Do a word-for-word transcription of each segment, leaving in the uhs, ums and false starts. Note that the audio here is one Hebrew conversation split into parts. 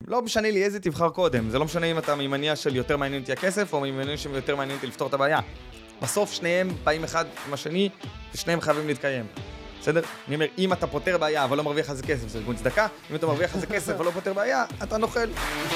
לא משנה לי איזה תבחר קודם, זה לא משנה אם אתה ממניע של יותר מעניין אותי הכסף, או ממניע של יותר מעניין אותי לפתור את הבעיה. בסוף שניהם באים אחד עם השני, ושניהם חייבים להתקיים. בסדר? אני אומר, אם אתה פותר בעיה, אבל לא מרוויח על זה כסף, זה ארגון צדקה. אם אתה מרוויח על זה כסף, אבל לא פותר בעיה, אתה נוכל.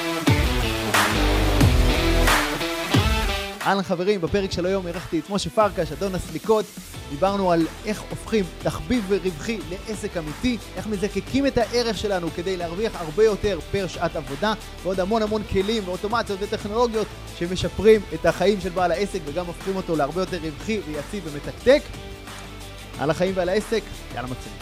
אהלן חברים, בפרק של היום ערכתי את משה פרקש, אדון הסליקות. דיברנו על איך הופכים תחביב ורווחי לעסק אמיתי, איך מזקקים את הערך שלנו כדי להרוויח הרבה יותר פר שעת עבודה, ועוד המון המון כלים ואוטומציות וטכנולוגיות שמשפרים את החיים של בעל העסק וגם הופכים אותו להרבה יותר רווחי ויציב ומתקתק. על החיים ועל העסק, יאללה מתחילים.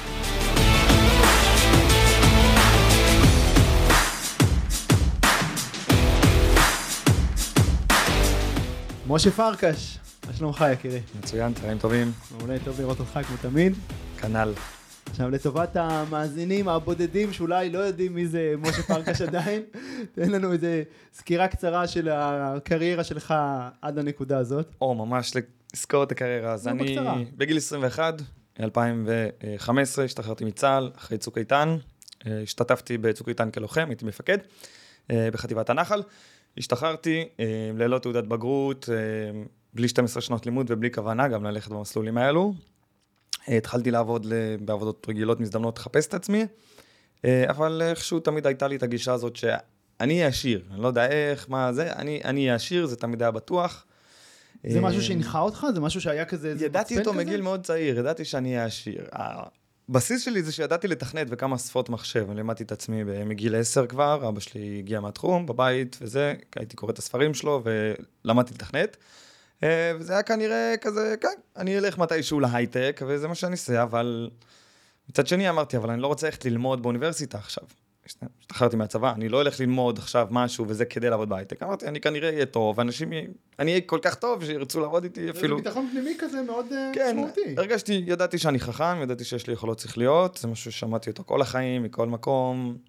משה פרקש, מה שלומך יקירי? מצוין, תראים טובים. מעולה, טוב לראות אותך כמו תמיד. כנ"ל. עכשיו לטובת המאזינים הבודדים שאולי לא יודעים מי זה משה פרקש עדיין, תן לנו איזה סקירה קצרה של הקריירה שלך עד הנקודה הזאת. או ממש לזכור את הקריירה. אז אני בגיל עשרים ואחת, אלפיים וחמש עשרה, השתחררתי מצה"ל אחרי צוק איתן. השתתפתי בצוק איתן כלוחם, הייתי מפקד בחטיבת הנחל. השתחררתי ללא תעודת בגרות, בלי שתים עשרה שנות לימוד ובלי כוונה גם ללכת במסלולים האלו. התחלתי לעבוד בעבודות רגילות מזדמנות לחפש את עצמי, אבל איכשהו תמיד הייתה לי את הגישה הזאת שאני אהיה עשיר, אני לא יודע איך, מה זה, אני, אני אהיה עשיר, זה תמיד היה בטוח. זה משהו שהנחה אותך? זה משהו שהיה כזה? ידעתי אותו מגיל מאוד צעיר, ידעתי שאני אהיה עשיר. הבסיס שלי זה שידעתי לתכנת וכמה שפות מחשב, אני לימדתי את עצמי מגיל עשר כבר, אבא שלי הגיע מהתחום בבית וזה, הייתי קורא את הספרים שלו ולמדתי לתכנת. וזה היה כנראה כזה, כן, אני אלך מתישהו להייטק, וזה מה שאני עושה, אבל מצד שני אמרתי, אבל אני לא רוצה ללכת ללמוד באוניברסיטה עכשיו. השתחררתי מהצבא, אני לא אלך ללמוד עכשיו משהו, וזה כדי לעבוד בהייטק. אמרתי, אני כנראה אהיה טוב, ואנשים, אני אהיה כל כך טוב, שירצו לעבוד איתי אפילו. זה ביטחון פנימי כזה מאוד כן, משמעותי. הרגשתי, ידעתי שאני חכם, ידעתי שיש לי יכולות שכליות, זה משהו ששמעתי אותו כל החיים, מכל מקום.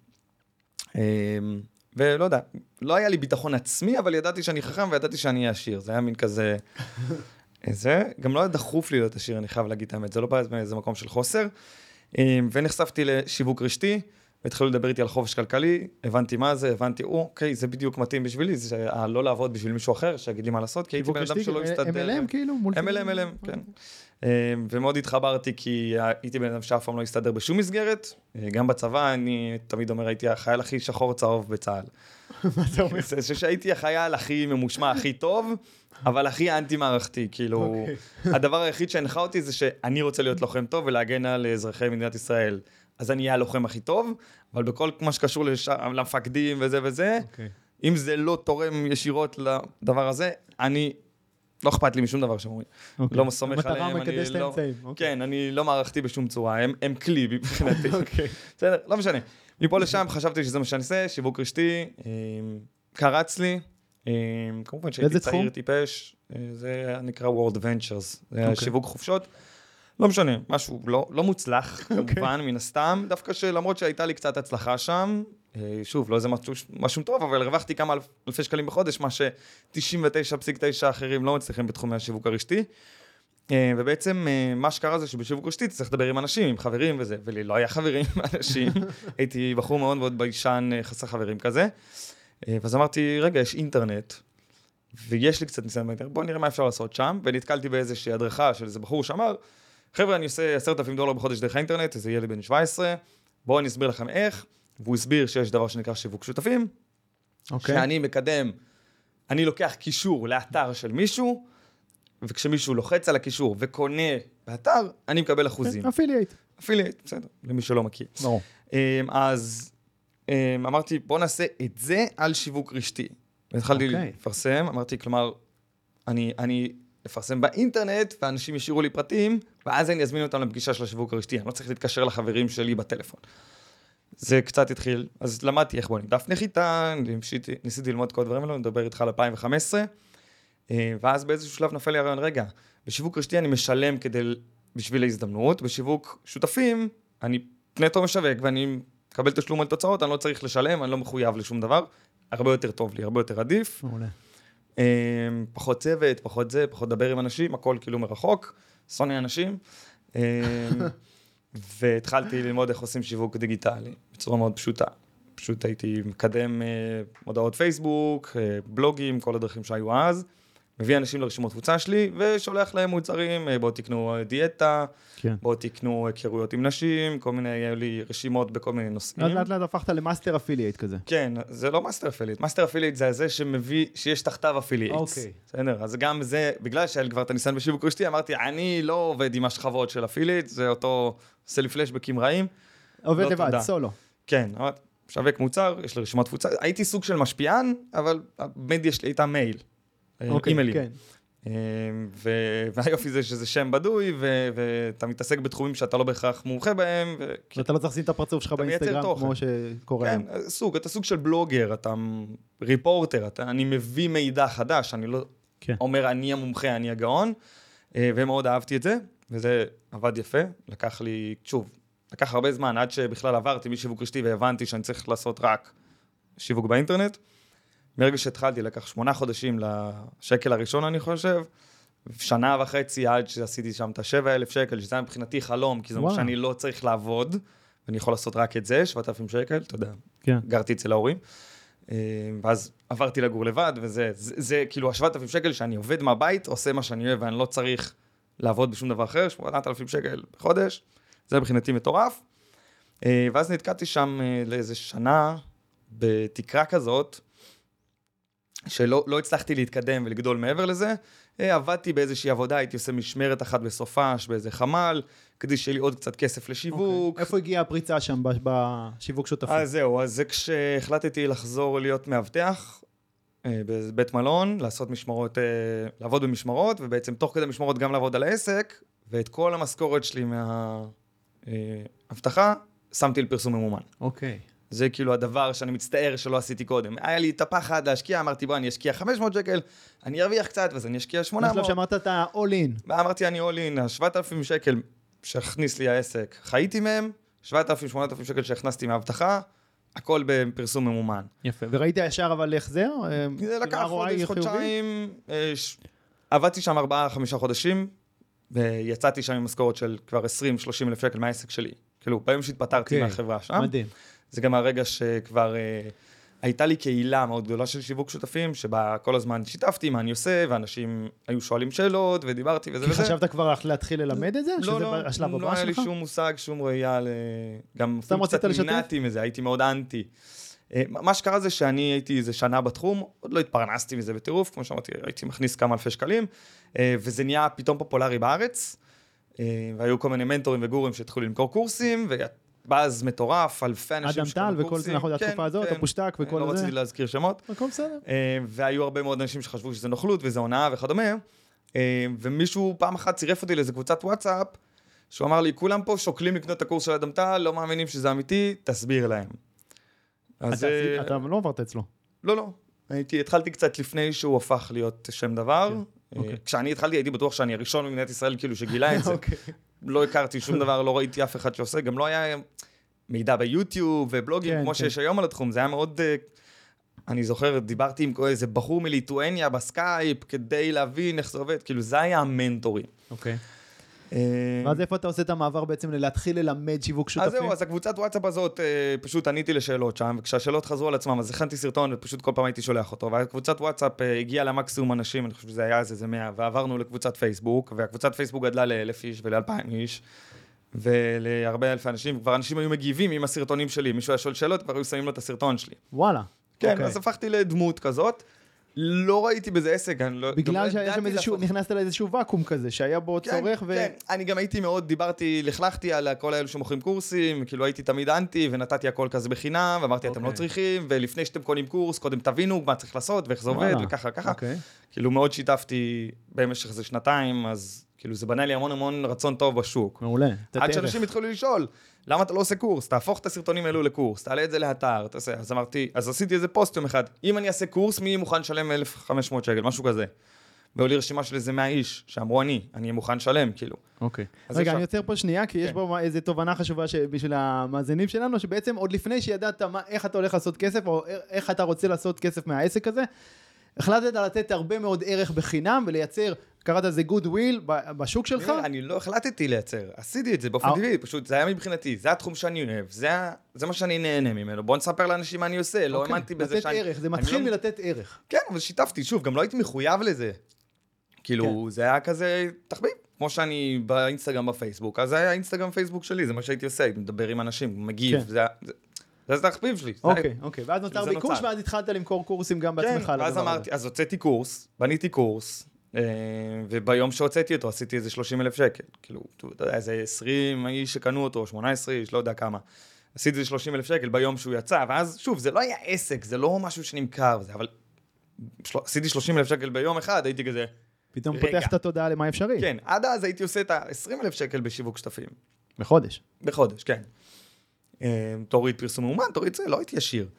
ולא יודע, לא היה לי ביטחון עצמי, אבל ידעתי שאני חכם וידעתי שאני אהיה עשיר. זה היה מין כזה, זה, גם לא היה דחוף לי להיות עשיר, אני חייב להגיד את האמת, זה לא בא באיזה מקום של חוסר. ונחשפתי לשיווק רשתי, והתחילו לדבר איתי על חופש כלכלי, הבנתי מה זה, הבנתי, אוקיי, זה בדיוק מתאים בשבילי, זה לא לעבוד בשביל מישהו אחר, שיגיד לי מה לעשות, כי הייתי בן אדם שלא מסתדר. אם אל אם כאילו? אם אל אם, אל אם, כן. ומאוד התחברתי, כי הייתי בן אדם שאף פעם לא הסתדר בשום מסגרת, גם בצבא, אני תמיד אומר, הייתי החייל הכי שחור צהוב בצה"ל. מה אתה אומר? זה שהייתי החייל הכי ממושמע, הכי טוב, אבל הכי אנטי-מערכתי, כאילו, הדבר היחיד שהנחה אותי זה שאני רוצה להיות לוחם טוב ולהגן על אזרחי מדינת ישראל. אז אני אהיה הלוחם הכי טוב, אבל בכל מה שקשור למפקדים וזה וזה, אם זה לא תורם ישירות לדבר הזה, אני, לא אכפת לי משום דבר שאומרים. לא סומך עליהם. המטרה מקדש את האמצעים. כן, אני לא מערכתי בשום צורה, הם כלי מבחינתי. בסדר, לא משנה. מפה לשם חשבתי שזה מה שאני עושה, שיווק רשתי, קרץ לי, כמובן שהייתי צעיר טיפש, זה נקרא World Ventures, זה שיווק חופשות. לא משנה, משהו לא, לא מוצלח, כמובן, מן הסתם, דווקא שלמרות שהייתה לי קצת הצלחה שם, שוב, לא איזה משהו, משהו טוב, אבל הרווחתי כמה אלף, אלפי שקלים בחודש, מה ש-תשעים ותשע נקודה תשע אחרים לא מצליחים בתחומי השיווק הרשתי, ובעצם מה שקרה זה שבשיווק רשתי צריך לדבר עם אנשים, עם חברים וזה, ולי לא היה חברים עם אנשים, הייתי בחור מאוד מאוד ביישן חסר חברים כזה, ואז אמרתי, רגע, יש אינטרנט, ויש לי קצת ניסיון באינטרנט, בואו נראה מה אפשר לעשות שם, ונתקלתי באיזושהי הדרכה של איזה בחור שאמר, חבר'ה, אני עושה עשרת אלפים דולר בחודש דרך האינטרנט, איזה ילד בן שבע עשרה, בואו אני אסביר לכם איך, והוא הסביר שיש דבר שנקרא שיווק שותפים, okay. שאני מקדם, אני לוקח קישור לאתר של מישהו, וכשמישהו לוחץ על הקישור וקונה באתר, אני מקבל אחוזים. אפילייט. אפילייט, בסדר, למי שלא מכיר. ברור. אז אמרתי, בואו נעשה את זה על שיווק רשתי. והתחלתי לפרסם, אמרתי, כלומר, אני, אני לפרסם באינטרנט, ואנשים ישירו לי פרטים, ואז אני אזמין אותם לפגישה של השיווק הרשתי. אני לא צריך להתקשר לחברים שלי בטלפון. זה קצת התחיל. אז למדתי איך בונים דף נחיתה, ניסיתי, ניסיתי ללמוד כל הדברים האלו, אני מדבר איתך על אלפיים וחמש עשרה, ואז באיזשהו שלב נפל לי הרעיון, רגע, בשיווק רשתי אני משלם כדי, בשביל ההזדמנות, בשיווק שותפים, אני נטו משווק, ואני מקבל תשלום על תוצאות, אני לא צריך לשלם, אני לא מחויב לשום דבר, הרבה יותר טוב לי, הרבה יותר עדיף. מעולה. פחות צוות, פחות זה, פחות דבר עם אנשים, הכל כאילו מרחוק, שונא אנשים. והתחלתי ללמוד איך עושים שיווק דיגיטלי, בצורה מאוד פשוטה. פשוט הייתי מקדם מודעות פייסבוק, בלוגים, כל הדרכים שהיו אז, מביא אנשים לרשימות קבוצה שלי, ושולח להם מוצרים, בואו תקנו דיאטה, כן. בואו תקנו היכרויות עם נשים, כל מיני, היו לי רשימות בכל מיני נושאים. אז לאט לאט הפכת למאסטר אפילייט כזה. כן, זה לא מאסטר אפילייט, מאסטר אפילייט זה זה שמביא, שיש תחתיו אפילייטס. אוקיי. בסדר, אז גם זה, בגלל שהיה לי כבר את הניסיון בשיווק רשתי, אמרתי, אני לא עובד עם השכבות של אפילייט, זה אותו, עושה לי פלשבקים רעים. עובד לא לבד, תודה. סולו. כן, שווק מוצר, יש לי רשימות קבוצה, הייתי סוג של משפיען, אבל המדיה שלי הייתה מייל. אוקיי, אימיילים. כן. והיופי זה שזה שם בדוי, ואתה מתעסק בתחומים שאתה לא בהכרח מומחה בהם. ואתה לא צריך לשים את הפרצוף שלך באינסטגרם, כמו שקורה. כן, סוג, אתה סוג של בלוגר, אתה ריפורטר, אני מביא מידע חדש, אני לא אומר אני המומחה, אני הגאון, ומאוד אהבתי את זה, וזה עבד יפה, לקח לי, שוב, לקח הרבה זמן, עד שבכלל עברתי משיווק רשתי, והבנתי שאני צריך לעשות רק שיווק באינטרנט. מרגע שהתחלתי, לקח שמונה חודשים לשקל הראשון, אני חושב, שנה וחצי עד שעשיתי שם את השבע אלף שקל, שזה היה מבחינתי חלום, כי זה אומר שאני לא צריך לעבוד, ואני יכול לעשות רק את זה, שבעת אלפים שקל, אתה יודע, כן. גרתי אצל ההורים, ואז עברתי לגור לבד, וזה זה, זה, כאילו השבעת אלפים שקל שאני עובד מהבית, עושה מה שאני אוהב, ואני לא צריך לעבוד בשום דבר אחר, שמונת אלפים שקל בחודש, זה מבחינתי מטורף, ואז נתקעתי שם לאיזה שנה, בתקרה כזאת, שלא לא הצלחתי להתקדם ולגדול מעבר לזה, עבדתי באיזושהי עבודה, הייתי עושה משמרת אחת בסופש, באיזה חמ"ל, כדי שיהיה לי עוד קצת כסף לשיווק. Okay. איפה הגיעה הפריצה שם בשיווק שותפים? אז זהו, אז זה כשהחלטתי לחזור להיות מאבטח, בבית מלון, לעשות משמרות, לעבוד במשמרות, ובעצם תוך כדי משמרות גם לעבוד על העסק, ואת כל המשכורת שלי מההבטחה, שמתי לפרסום ממומן. אוקיי. Okay. זה כאילו הדבר שאני מצטער שלא עשיתי קודם. היה לי את הפחד להשקיע, אמרתי בוא, אני אשקיע חמש מאות שקל, אני ארוויח קצת, ואז אני אשקיע שמונה מאות. בשלב שאמרת את ה-all-in. ואמרתי אני all-in, שבעת אלפים שקל שהכניס לי העסק, חייתי מהם, שבעת אלפים, שמונת אלפים שקל שהכנסתי מההבטחה, הכל בפרסום ממומן. יפה, וראית ישר אבל להחזר? זה לקח חודש, חודשיים, עבדתי שם ארבעה, חמישה חודשים, ויצאתי שם עם משכורת של כבר עשרים שלושים אלף שקל מהעסק שלי. כאילו, ביום שהתפטרתי מהחברה שם. מדהים. זה גם הרגע שכבר אה, הייתה לי קהילה מאוד גדולה של שיווק שותפים, שבה כל הזמן שיתפתי מה אני עושה, ואנשים היו שואלים שאלות, ודיברתי וזה כי וזה. כי חשבת כבר להתחיל ללמד את זה? לא, שזה לא, השלב הבא לא היה לי שלך? שום מושג, שום ראייה, ל... גם קצת נמנעתי מזה, הייתי מאוד אנטי. אה, מה שקרה זה שאני הייתי איזה שנה בתחום, עוד לא התפרנסתי מזה בטירוף, כמו שאמרתי, הייתי מכניס כמה אלפי שקלים, אה, וזה נהיה פתאום פופולרי בארץ, אה, והיו כל מיני מנטורים וגורים שהתחילו למכור קורסים, ו... באז מטורף, אלפי אנשים שקוראים קורסים. אדם טל וכל זה, נכון, התקופה הזאת, הפושטק וכל זה. לא רציתי להזכיר שמות. הכל בסדר. והיו הרבה מאוד אנשים שחשבו שזה נוכלות וזה הונאה וכדומה, ומישהו פעם אחת צירף אותי לאיזה קבוצת וואטסאפ, שהוא אמר לי, כולם פה שוקלים לקנות את הקורס של אדם טל, לא מאמינים שזה אמיתי, תסביר להם. אתה לא עברת אצלו? לא, לא. התחלתי קצת לפני שהוא הפך להיות שם דבר. כשאני התחלתי, הייתי בטוח שאני הראשון במדינת ישראל, כאילו שגילה את זה. לא הכרתי שום דבר, לא ראיתי אף אחד שעושה, גם לא היה מידע ביוטיוב ובלוגים, כן, כמו כן. שיש היום על התחום, זה היה מאוד, אני זוכר, דיברתי עם איזה בחור מליטואניה בסקייפ, כדי להבין איך זה עובד, כאילו זה היה המנטורי. אוקיי. ואז איפה אתה עושה את המעבר בעצם ללהתחיל ללמד שיווק שותפים? אז זהו, אז הקבוצת וואטסאפ הזאת, פשוט עניתי לשאלות שם, וכשהשאלות חזרו על עצמם, אז הכנתי סרטון ופשוט כל פעם הייתי שולח אותו, והקבוצת וואטסאפ הגיעה למקסימום אנשים, אני חושב שזה היה איזה מאה, ועברנו לקבוצת פייסבוק, והקבוצת פייסבוק גדלה לאלף איש ולאלפיים איש, ולהרבה אלפי אנשים, כבר אנשים היו מגיבים עם הסרטונים שלי, מישהו היה שואל שאלות, כבר היו שמים לו את הסרטון שלי. וואלה. כן, אז הפכתי לדמות כזאת. לא ראיתי בזה עסק, אני לא... בגלל שהיה שם איזשהו, נכנסת לאיזשהו ואקום כזה, שהיה בו צורך ו... כן, אני גם הייתי מאוד, דיברתי, לכלכתי על כל האלו שמוכרים קורסים, כאילו הייתי תמיד אנטי, ונתתי הכל כזה בחינם, ואמרתי, אתם לא צריכים, ולפני שאתם קונים קורס, קודם תבינו מה צריך לעשות, ואיך זה עובד, וככה, ככה. כאילו מאוד שיתפתי במשך איזה שנתיים, אז כאילו זה בנה לי המון המון רצון טוב בשוק. מעולה. עד שאנשים התחילו לשאול, למה אתה לא עושה קורס? תהפוך את הסרטונים האלו לקורס, תעלה את זה לאתר, תעשה. אז אמרתי, אז עשיתי איזה פוסט יום אחד, אם אני אעשה קורס, מי מוכן לשלם אלף וחמש מאות שקל, משהו כזה. והיו לי רשימה של איזה מאה איש, שאמרו אני, אני אהיה מוכן לשלם, כאילו. אוקיי. רגע, אני יוצר פה שנייה, כי יש פה איזו תובנה חשובה בשביל המאזינים שלנו, שבעצם עוד לפני שידעת איך אתה הולך לעשות כסף, או איך אתה רוצה לעשות כסף מהעסק הזה, החלטת לתת הרבה מאוד ערך בחינם ולייצר קראת לזה good will בשוק שלך? אני לא החלטתי לייצר, עשיתי את זה באופן טבעי, פשוט זה היה מבחינתי, זה התחום שאני אוהב, זה מה שאני נהנה ממנו, בוא נספר לאנשים מה אני עושה, לא האמנתי בזה שאני... לתת ערך, זה מתחיל מלתת ערך. כן, אבל שיתפתי, שוב, גם לא הייתי מחויב לזה. כאילו, זה היה כזה תחביב, כמו שאני באינסטגרם בפייסבוק, אז זה היה אינסטגרם פייסבוק שלי, זה מה שהייתי עושה, הייתי מדבר עם אנשים, מגיב, זה... זה התחביב שלי. אוקיי, אוקיי. ואז נוצר ביקוש, ואז התחלת למכור קורסים גם בעצמך. כן, ואז אמרתי, אז הוצאתי קורס, בניתי קורס, וביום שהוצאתי אותו עשיתי איזה שלושים אלף שקל. כאילו, אתה יודע, איזה עשרים איש שקנו אותו, שמונה עשרה איש, לא יודע כמה. עשיתי איזה שלושים אלף שקל ביום שהוא יצא, ואז שוב, זה לא היה עסק, זה לא משהו שנמכר, אבל עשיתי שלושים אלף שקל ביום אחד, הייתי כזה... פתאום פותח את התודעה למה אפשרי. כן, עד אז הייתי עושה את ה-עשרים אלף שקל בשיווק שותפים. בחודש. בחודש, כן. תוריד פרסום מאומן, תוריד זה, לא הייתי ישיר.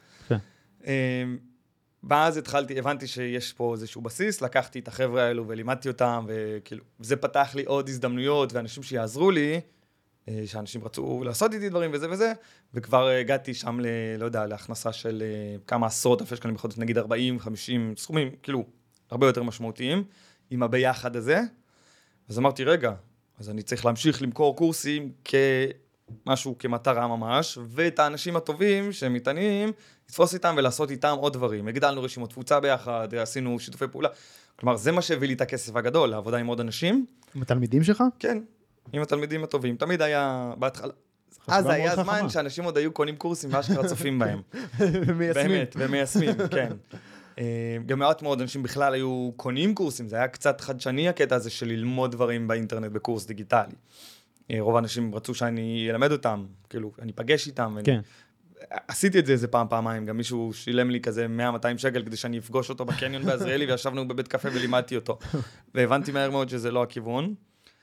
ואז התחלתי, הבנתי שיש פה איזשהו בסיס, לקחתי את החבר'ה האלו ולימדתי אותם, וכאילו, זה פתח לי עוד הזדמנויות, ואנשים שיעזרו לי, שאנשים רצו לעשות איתי דברים וזה וזה, וכבר הגעתי שם, ל, לא יודע, להכנסה של כמה עשרות אלפי שקלים בחודש, נגיד ארבעים חמישים סכומים, כאילו, הרבה יותר משמעותיים, עם הביחד הזה. אז אמרתי, רגע, אז אני צריך להמשיך למכור קורסים כמשהו, כמטרה ממש, ואת האנשים הטובים שהם מתעניינים, לתפוס איתם ולעשות איתם עוד דברים. הגדלנו רשימות תפוצה ביחד, עשינו שיתופי פעולה. כלומר, זה מה שהביא לי את הכסף הגדול, לעבודה עם עוד אנשים. עם התלמידים שלך? כן, עם התלמידים הטובים. תמיד היה בהתחלה. אז היה זמן שאנשים עוד היו קונים קורסים ואשכרה צופים בהם. ומיישמים. באמת, ומיישמים, כן. גם מעט מאוד אנשים בכלל היו קונים קורסים, זה היה קצת חדשני הקטע הזה של ללמוד דברים באינטרנט בקורס דיגיטלי. רוב האנשים רצו שאני אלמד אותם, כאילו, אני פגש איתם. כן. עשיתי את זה איזה פעם, פעמיים, גם מישהו שילם לי כזה מאה מאתיים שקל כדי שאני אפגוש אותו בקניון בעזריאלי, וישבנו בבית קפה ולימדתי אותו. והבנתי מהר מאוד שזה לא הכיוון.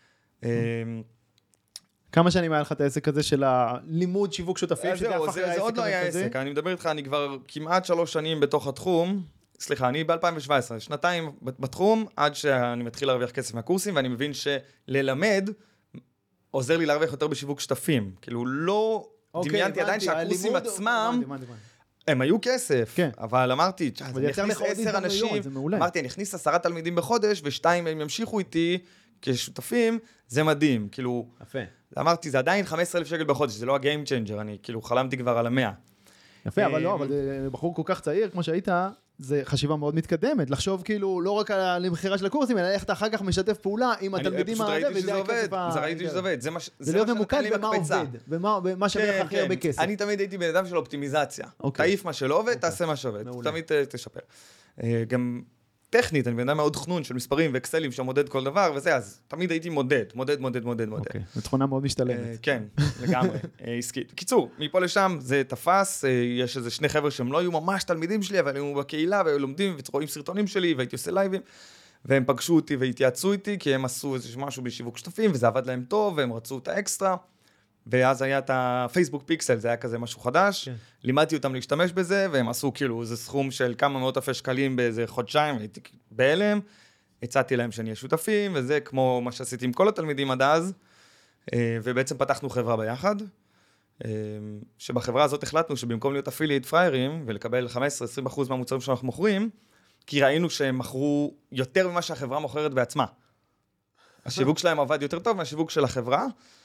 כמה שנים היה לך את העסק הזה של הלימוד שיווק שותפים? זה עוד לא היה עסק, אני מדבר איתך, אני כבר כמעט שלוש שנים בתוך התחום, סליחה, אני ב-אלפיים שבע עשרה, שנתיים בתחום, עד שאני מתחיל להרוויח כסף מהקורסים, ואני מבין שללמד עוזר לי להרוויח יותר בשיווק שותפים. כאילו, לא דמיינתי עדיין שהקורסים עצמם, הם היו כסף, אבל אמרתי, אני אכניס עשר אנשים, אמרתי, אני אכניס עשרה תלמידים בחודש, ושתיים הם ימשיכו איתי כשותפים, זה מדהים, כאילו, יפה. אמרתי, זה עדיין חמישה עשר אלף שקל בחודש, זה לא הגיים צ'יינג'ר, אני כאילו חלמתי כבר על המאה. יפה, אבל לא, אבל בחור כל כך צעיר, כמו שהיית, זה חשיבה מאוד מתקדמת, לחשוב כאילו לא רק על המחירה של הקורסים, אלא איך אתה אחר כך משתף פעולה עם התלמידים האלה, וזה עובד, זה ראיתי שזה עובד, זה מה להיות ממוקד במה עובד, במה שווה לך הכי הרבה כסף. אני תמיד הייתי בן אדם של אופטימיזציה, תעיף מה שלא עובד, תעשה מה שעובד, תמיד תשפר. גם טכנית, אני בן אדם מאוד חנון של מספרים ואקסלים שמודד כל דבר וזה, אז תמיד הייתי מודד, מודד, מודד, מודד, מודד. אוקיי, זו תכונה מאוד משתלמת. כן, לגמרי, עסקית. קיצור, מפה לשם זה תפס, יש איזה שני חבר'ה שהם לא היו ממש תלמידים שלי, אבל היו בקהילה והיו לומדים ורואים סרטונים שלי והייתי עושה לייבים, והם פגשו אותי והתייעצו איתי, כי הם עשו איזה משהו בשיווק שותפים, וזה עבד להם טוב, והם רצו את האקסטרה, ואז היה את הפייסבוק פיקסל, זה היה כזה משהו חדש, לימדתי אותם להשתמש בזה, והם עשו כאילו איזה סכום של כמה מאות אלפי שקלים באיזה חודשיים, הייתי בהלם, הצעתי להם שאני אהיה שותפים, וזה כמו מה שעשיתי עם כל התלמידים עד אז, ובעצם פתחנו חברה ביחד, שבחברה הזאת החלטנו שבמקום להיות אפילייט פריירים, ולקבל חמש עשרה עד עשרים אחוז מהמוצרים שאנחנו מוכרים, כי ראינו שהם מכרו יותר ממה שהחברה מוכרת בעצמה. השיווק שלהם עבד יותר טוב מהשיווק של החברה,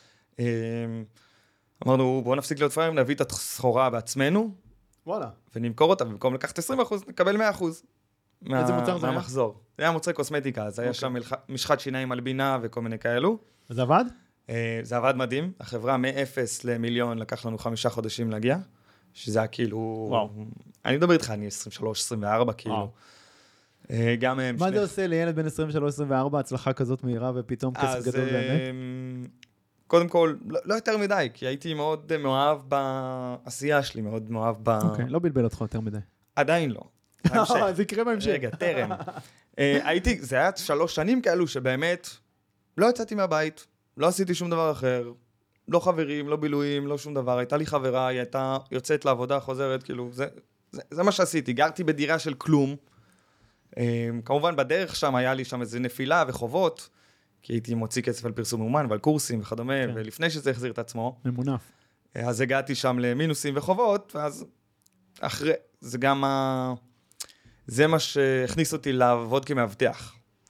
אמרנו, בואו נפסיק להיות פריירים, נביא את הסחורה בעצמנו, וואלה. ונמכור אותה, במקום לקחת עשרים אחוז, נקבל מאה אחוז. איזה מוצר זה היה? מהמחזור. זה היה מוצרי קוסמטיקה, אז היה שם משחת שיניים על בינה וכל מיני כאלו. זה עבד? זה עבד מדהים. החברה מאפס למיליון לקח לנו חמישה חודשים להגיע, שזה היה כאילו... וואו. אני מדבר איתך, אני עשרים ושלוש עשרים וארבע, כאילו. גם הם... מה זה עושה לילד בין עשרים ושלוש עשרים וארבע, הצלחה כזאת מהירה ופתאום כסף גדול באמת? קודם כל, לא, לא יותר מדי, כי הייתי מאוד מאוהב בעשייה שלי, מאוד מאוהב ב... אוקיי, לא בלבל אותך יותר מדי. עדיין לא. זה יקרה בהמשך. רגע, טרם. הייתי, זה היה שלוש שנים כאלו שבאמת לא יצאתי מהבית, לא עשיתי שום דבר אחר, לא חברים, לא בילויים, לא שום דבר. הייתה לי חברה, היא הייתה יוצאת לעבודה, חוזרת, כאילו, זה, זה, זה מה שעשיתי. גרתי בדירה של כלום. כמובן, בדרך שם היה לי שם איזו נפילה וחובות, כי הייתי מוציא כסף על פרסום מאומן ועל קורסים וכדומה, כן. ולפני שזה החזיר את עצמו. ממונף. אז הגעתי שם למינוסים וחובות, ואז אחרי, זה גם ה... זה מה שהכניס אותי לעבוד כמאבטח.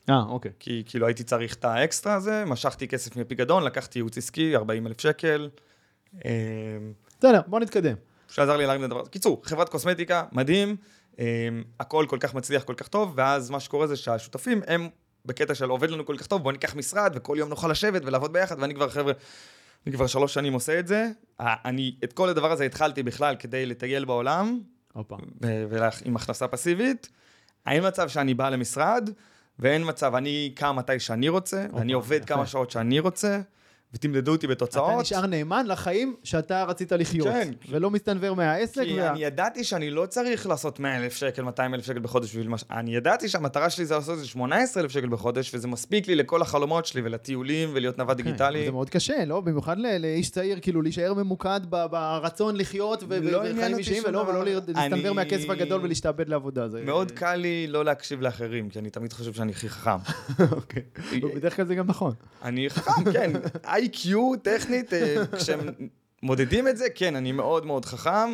אה, אוקיי. כי כאילו הייתי צריך את האקסטרה הזה, משכתי כסף מפיקדון, לקחתי ייעוץ עסקי, ארבעים אלף שקל. בסדר, בוא נתקדם. שעזר לי להרים לדבר הזה. קיצור, חברת קוסמטיקה, מדהים, הכל כל כך מצליח, כל כך טוב, ואז מה שקורה זה שהשותפים הם בקטע של עובד לנו כל כך טוב, בוא ניקח משרד וכל יום נוכל לשבת ולעבוד ביחד, ואני כבר חבר'ה, אני כבר שלוש שנים עושה את זה. אני את כל הדבר הזה התחלתי בכלל כדי לטייל בעולם, ועם הכנסה פסיבית. אין מצב שאני בא למשרד, ואין מצב, אני קם מתי שאני רוצה, ואני עובד כמה שעות שאני רוצה, ותמדדו אותי בתוצאות. אתה נשאר נאמן לחיים שאתה רצית לחיות, כן. ולא מסתנבר מהעסק. כי וה... אני ידעתי שאני לא צריך לעשות מאה אלף שקל, מאתיים אלף שקל בחודש בשביל מה... אני ידעתי שהמטרה שלי זה לעשות שמונה עשרה אלף שקל בחודש, וזה מספיק לי לכל החלומות שלי, ולטיולים, ולהיות נווד okay. דיגיטלי. זה מאוד קשה, לא? במיוחד לאיש צעיר, כאילו, להישאר ממוקד ברצון לחיות, ובחיים אישיים, ולא, ולא להסתנבר אני... מהכסף הגדול ולהשתעבד לעבודה. זה... מאוד קל לי לא להקשיב לאחרים, כי אני תמיד חושב שאני הכי חכם. אוקיי. בדרך כלל זה גם נכון. אני חכם, כן. איי קיו טכנית, כשהם מודדים את זה, כן, אני מאוד מאוד חכם,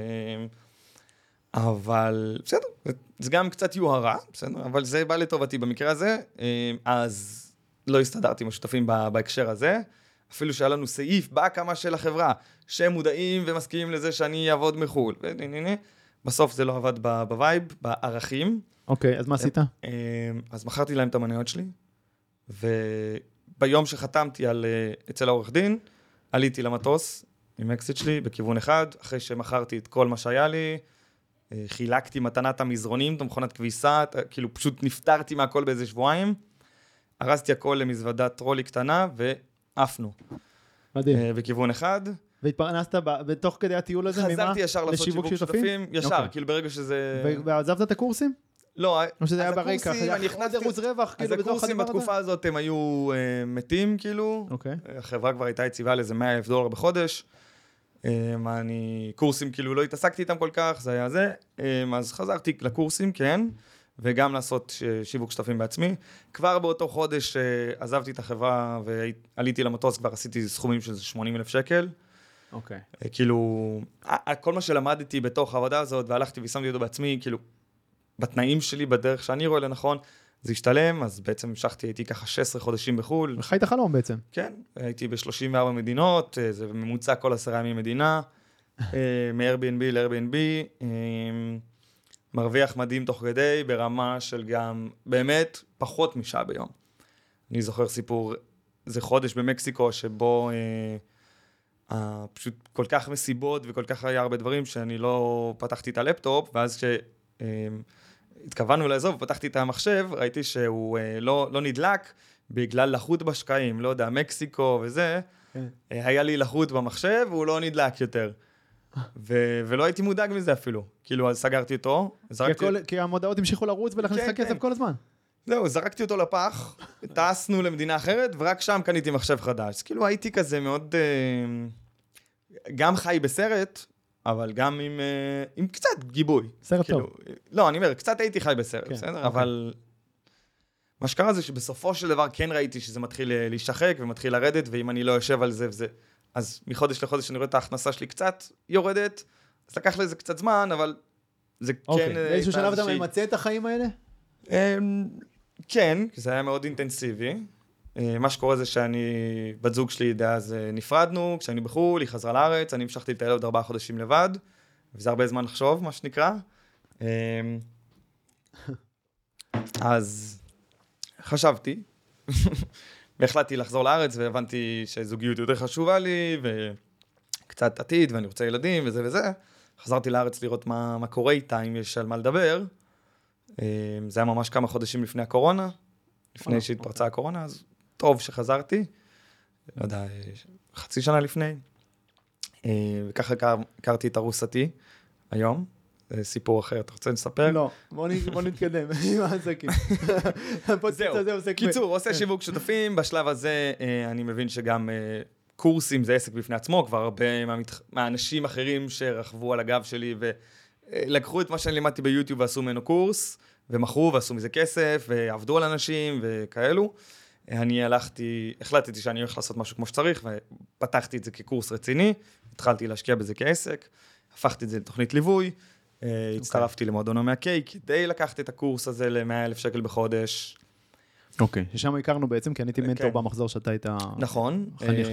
אבל בסדר, זה גם קצת יוהרה, בסדר, אבל זה בא לטובתי במקרה הזה, אז לא הסתדרתי עם השותפים בהקשר הזה, אפילו שהיה לנו סעיף בהקמה של החברה, שהם מודעים ומסכימים לזה שאני אעבוד מחול, בסוף זה לא עבד בווייב, בערכים. אוקיי, אז מה עשית? אז מכרתי להם את המניות שלי, וביום שחתמתי על אצל העורך דין, עליתי למטוס עם אקזיט שלי בכיוון אחד, אחרי שמכרתי את כל מה שהיה לי, חילקתי מתנת המזרונים, את המכונת כביסה, כאילו פשוט נפטרתי מהכל באיזה שבועיים, הרסתי הכל למזוודת טרולי קטנה, ועפנו. מדהים. בכיוון אחד. והתפרנסת בתוך כדי הטיול הזה? חזרתי ישר לעשות שיווק שותפים, ישר, כאילו ברגע שזה... ועזבת את הקורסים? לא, או שזה היה ברקע, נכנסתי עוד רווח, אז הקורסים בתקופה הזאת הם היו מתים, כאילו. החברה כבר הייתה יציבה לאיזה מאה אלף דולר בחודש. אני, קורסים כאילו לא התעסקתי איתם כל כך, זה היה זה. אז חזרתי לקורסים, כן, וגם לעשות שיווק שותפים בעצמי. כבר באותו חודש עזבתי את החברה ועליתי למטוס, כבר עשיתי סכומים של שמונים אלף שקל. אוקיי. כאילו, כל מה שלמדתי בתוך העבודה הזאת, והלכתי ושמתי אותו בעצמי, כאילו, בתנאים שלי, בדרך שאני רואה לנכון, זה השתלם, אז בעצם המשכתי, הייתי ככה שש עשרה חודשים בחול. חיית חלום בעצם. כן, הייתי ב-שלושים וארבע מדינות, זה ממוצע כל עשרה ימים מדינה, מ-Airbnb ל-Airbnb, מרוויח מדהים תוך כדי, ברמה של גם, באמת, פחות משעה ביום. אני זוכר סיפור, זה חודש במקסיקו, שבו אה, פשוט כל כך מסיבות, וכל כך היה הרבה דברים, שאני לא פתחתי את הלפטופ, ואז ש... התכוונו לעזוב, פתחתי את המחשב, ראיתי שהוא לא, לא נדלק בגלל לחות בשקעים, לא יודע, מקסיקו וזה, היה לי לחות במחשב, והוא לא נדלק יותר. ו- ולא הייתי מודאג מזה אפילו. כאילו, אז סגרתי אותו. זרקתי... כי, כי המודעות המשיכו לרוץ ולהכניס לך כסף כל הזמן. זהו, זרקתי אותו לפח, טסנו למדינה אחרת, ורק שם קניתי מחשב חדש. אז כאילו, הייתי כזה מאוד... גם חי בסרט, אבל גם עם, עם קצת גיבוי. סרט כאילו, טוב. לא, אני אומר, קצת הייתי חי בסרט, כן, בסדר? אוקיי. אבל מה שקרה זה שבסופו של דבר כן ראיתי שזה מתחיל להישחק ומתחיל לרדת, ואם אני לא יושב על זה וזה, אז מחודש לחודש אני רואה את ההכנסה שלי קצת יורדת, אז לקח לזה קצת זמן, אבל זה אוקיי. כן... באיזשהו שלב אתה ממצא את החיים האלה? כן, כי זה היה מאוד אינטנסיבי. מה שקורה זה שאני, בת זוג שלי, אז נפרדנו, כשאני בחול, היא חזרה לארץ, אני המשכתי לטייל עוד ארבעה חודשים לבד, וזה הרבה זמן לחשוב, מה שנקרא. אז חשבתי, והחלטתי לחזור לארץ, והבנתי שזוגיות יותר חשובה לי, וקצת עתיד, ואני רוצה ילדים, וזה וזה. חזרתי לארץ לראות מה, מה קורה איתה, אם יש על מה לדבר. זה היה ממש כמה חודשים לפני הקורונה, לפני שהתפרצה הקורונה, אז טוב שחזרתי, לא יודע, חצי שנה לפני, וככה הכרתי את ארוסתי היום, זה סיפור אחר, אתה רוצה לספר? לא, בוא נתקדם, עם העסקים. זהו, קיצור, עושה שיווק שותפים, בשלב הזה אני מבין שגם קורסים זה עסק בפני עצמו, כבר הרבה מהאנשים אחרים שרכבו על הגב שלי, ולקחו את מה שאני לימדתי ביוטיוב ועשו ממנו קורס, ומכרו ועשו מזה כסף, ועבדו על אנשים וכאלו. אני הלכתי, החלטתי שאני הולך לעשות משהו כמו שצריך, ופתחתי את זה כקורס רציני, התחלתי להשקיע בזה כעסק, הפכתי את זה לתוכנית ליווי, הצטרפתי למועדון המאה קיי, כדי לקחת את הקורס הזה ל-מאה אלף שקל בחודש. אוקיי, ששם הכרנו בעצם, כי אני הייתי מנטור במחזור שאתה היית... נכון,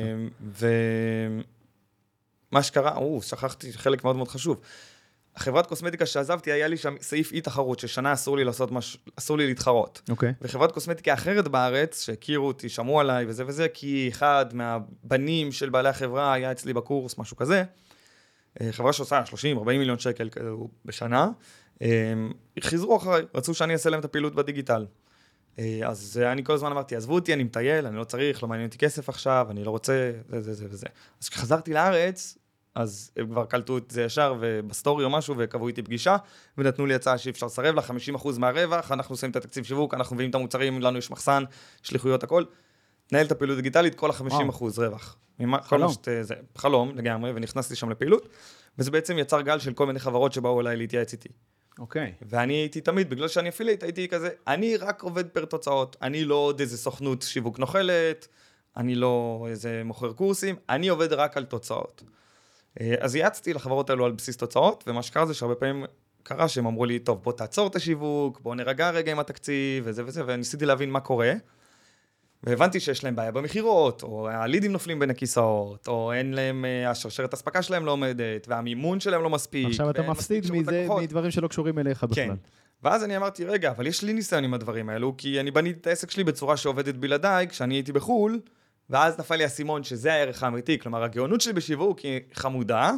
ומה שקרה, או, שכחתי חלק מאוד מאוד חשוב. החברת קוסמטיקה שעזבתי, היה לי שם סעיף אי תחרות, ששנה אסור לי לעשות משהו, אסור לי להתחרות. אוקיי. וחברת קוסמטיקה אחרת בארץ, שהכירו אותי, שמעו עליי וזה וזה, כי אחד מהבנים של בעלי החברה היה אצלי בקורס, משהו כזה. חברה שעושה שלושים ארבעים מיליון שקל בשנה. חיזרו אחריי, רצו שאני אעשה להם את הפעילות בדיגיטל. אז אני כל הזמן אמרתי, עזבו אותי, אני מטייל, אני לא צריך, לא מעניין אותי כסף עכשיו, אני לא רוצה, זה, זה, זה וזה. אז כשחזרתי לארץ, אז הם כבר קלטו את זה ישר ובסטורי או משהו, וקבעו איתי פגישה, ונתנו לי הצעה שאי אפשר לסרב לה, חמישים אחוז מהרווח, אנחנו עושים את התקציב שיווק, אנחנו מביאים את המוצרים, לנו יש מחסן, שליחויות, הכל. תנהל את הפעילות דיגיטלית, כל ה-חמישים אחוז רווח. חלום. זה, חלום לגמרי, ונכנסתי שם לפעילות, וזה בעצם יצר גל של כל מיני חברות שבאו אליי להתייעץ איתי. אוקיי. ואני הייתי תמיד, בגלל שאני אפילייט, הייתי כזה, אני רק עובד פר תוצאות, אני לא עוד איזה סוכנות שיווק נוחלת, אני לא איזה מוכר קורסים, אני עובד רק על תוצאות. אז יעצתי לחברות האלו על בסיס תוצאות, ומה שקרה זה שהרבה פעמים קרה שהם אמרו לי, טוב, בוא תעצור את השיווק, בוא נרגע רגע עם התקציב, וזה וזה, וניסיתי להבין מה קורה, והבנתי שיש להם בעיה במחירות, או הלידים נופלים בין הכיסאות, או אין להם, השרשרת הספקה שלהם לא עומדת, והמימון שלהם לא מספיק. עכשיו אתה מפסיד מזה, מדברים שלא קשורים אליך בכלל. כן. ואז אני אמרתי, רגע, אבל יש לי ניסיון עם הדברים האלו, כי אני בניתי את העסק שלי בצורה שעובדת בלעדיי, כשאני הייתי בחול, ואז נפל לי הסימון שזה הערך האמיתי, כלומר, הגאונות שלי בשיווק היא חמודה.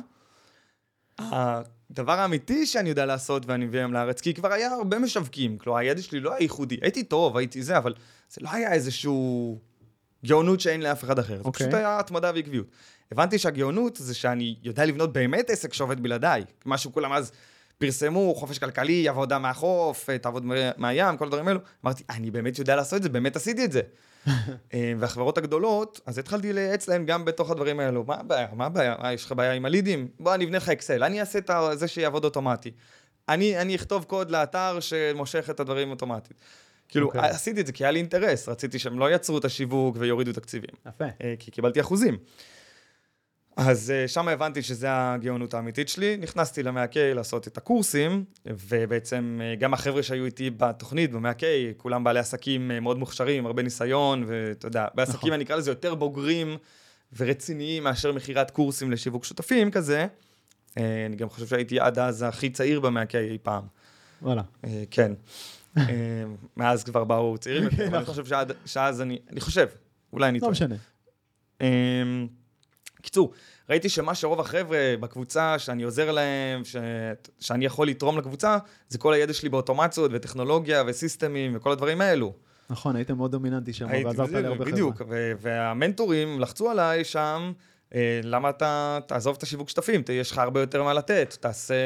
הדבר האמיתי שאני יודע לעשות, ואני מביא היום לארץ, כי כבר היה הרבה משווקים, כלומר, הידע שלי לא היה ייחודי, הייתי טוב, הייתי זה, אבל זה לא היה איזשהו גאונות שאין לאף אחד אחר, זה פשוט היה התמדה ועקביות. הבנתי שהגאונות זה שאני יודע לבנות באמת עסק שעובד בלעדיי, משהו כולם אז פרסמו, חופש כלכלי, עבודה מהחוף, תעבוד מהים, כל הדברים האלו. אמרתי, אני באמת יודע לעשות את זה, באמת עשיתי את זה. והחברות הגדולות, אז התחלתי לייעץ להן גם בתוך הדברים האלו. מה הבעיה? מה הבעיה? יש לך בעיה עם הלידים? בוא, אני אבנה לך אקסל, אני אעשה את זה שיעבוד אוטומטי. אני, אני אכתוב קוד לאתר שמושך את הדברים אוטומטית. כאילו, okay. עשיתי את זה כי היה לי אינטרס, רציתי שהם לא יצרו את השיווק ויורידו תקציבים. יפה. כי קיבלתי אחוזים. אז שם הבנתי שזה הגאונות האמיתית שלי, נכנסתי ל-מאה קיי לעשות את הקורסים, ובעצם גם החבר'ה שהיו איתי בתוכנית, ב-מאה קיי, כולם בעלי עסקים מאוד מוכשרים, הרבה ניסיון, ואתה יודע, בעסקים נכון. אני אקרא לזה יותר בוגרים ורציניים, מאשר מחירת קורסים לשיווק שותפים כזה. אני גם חושב שהייתי עד אז הכי צעיר ב-מאה קיי אי פעם. וואלה. כן. מאז כבר באו צעירים, אבל אני חושב שאז אני, אני חושב, אולי אני טועה. לא משנה. קיצור, ראיתי שמה שרוב החבר'ה בקבוצה, שאני עוזר להם, ש... שאני יכול לתרום לקבוצה, זה כל הידע שלי באוטומציות וטכנולוגיה וסיסטמים וכל הדברים האלו. נכון, היית מאוד דומיננטי שם, ועזרת להרבה חבר'ה. בדיוק, ו... והמנטורים לחצו עליי שם, למה אתה תעזוב את השיווק שותפים, יש לך הרבה יותר מה לתת, תעשה...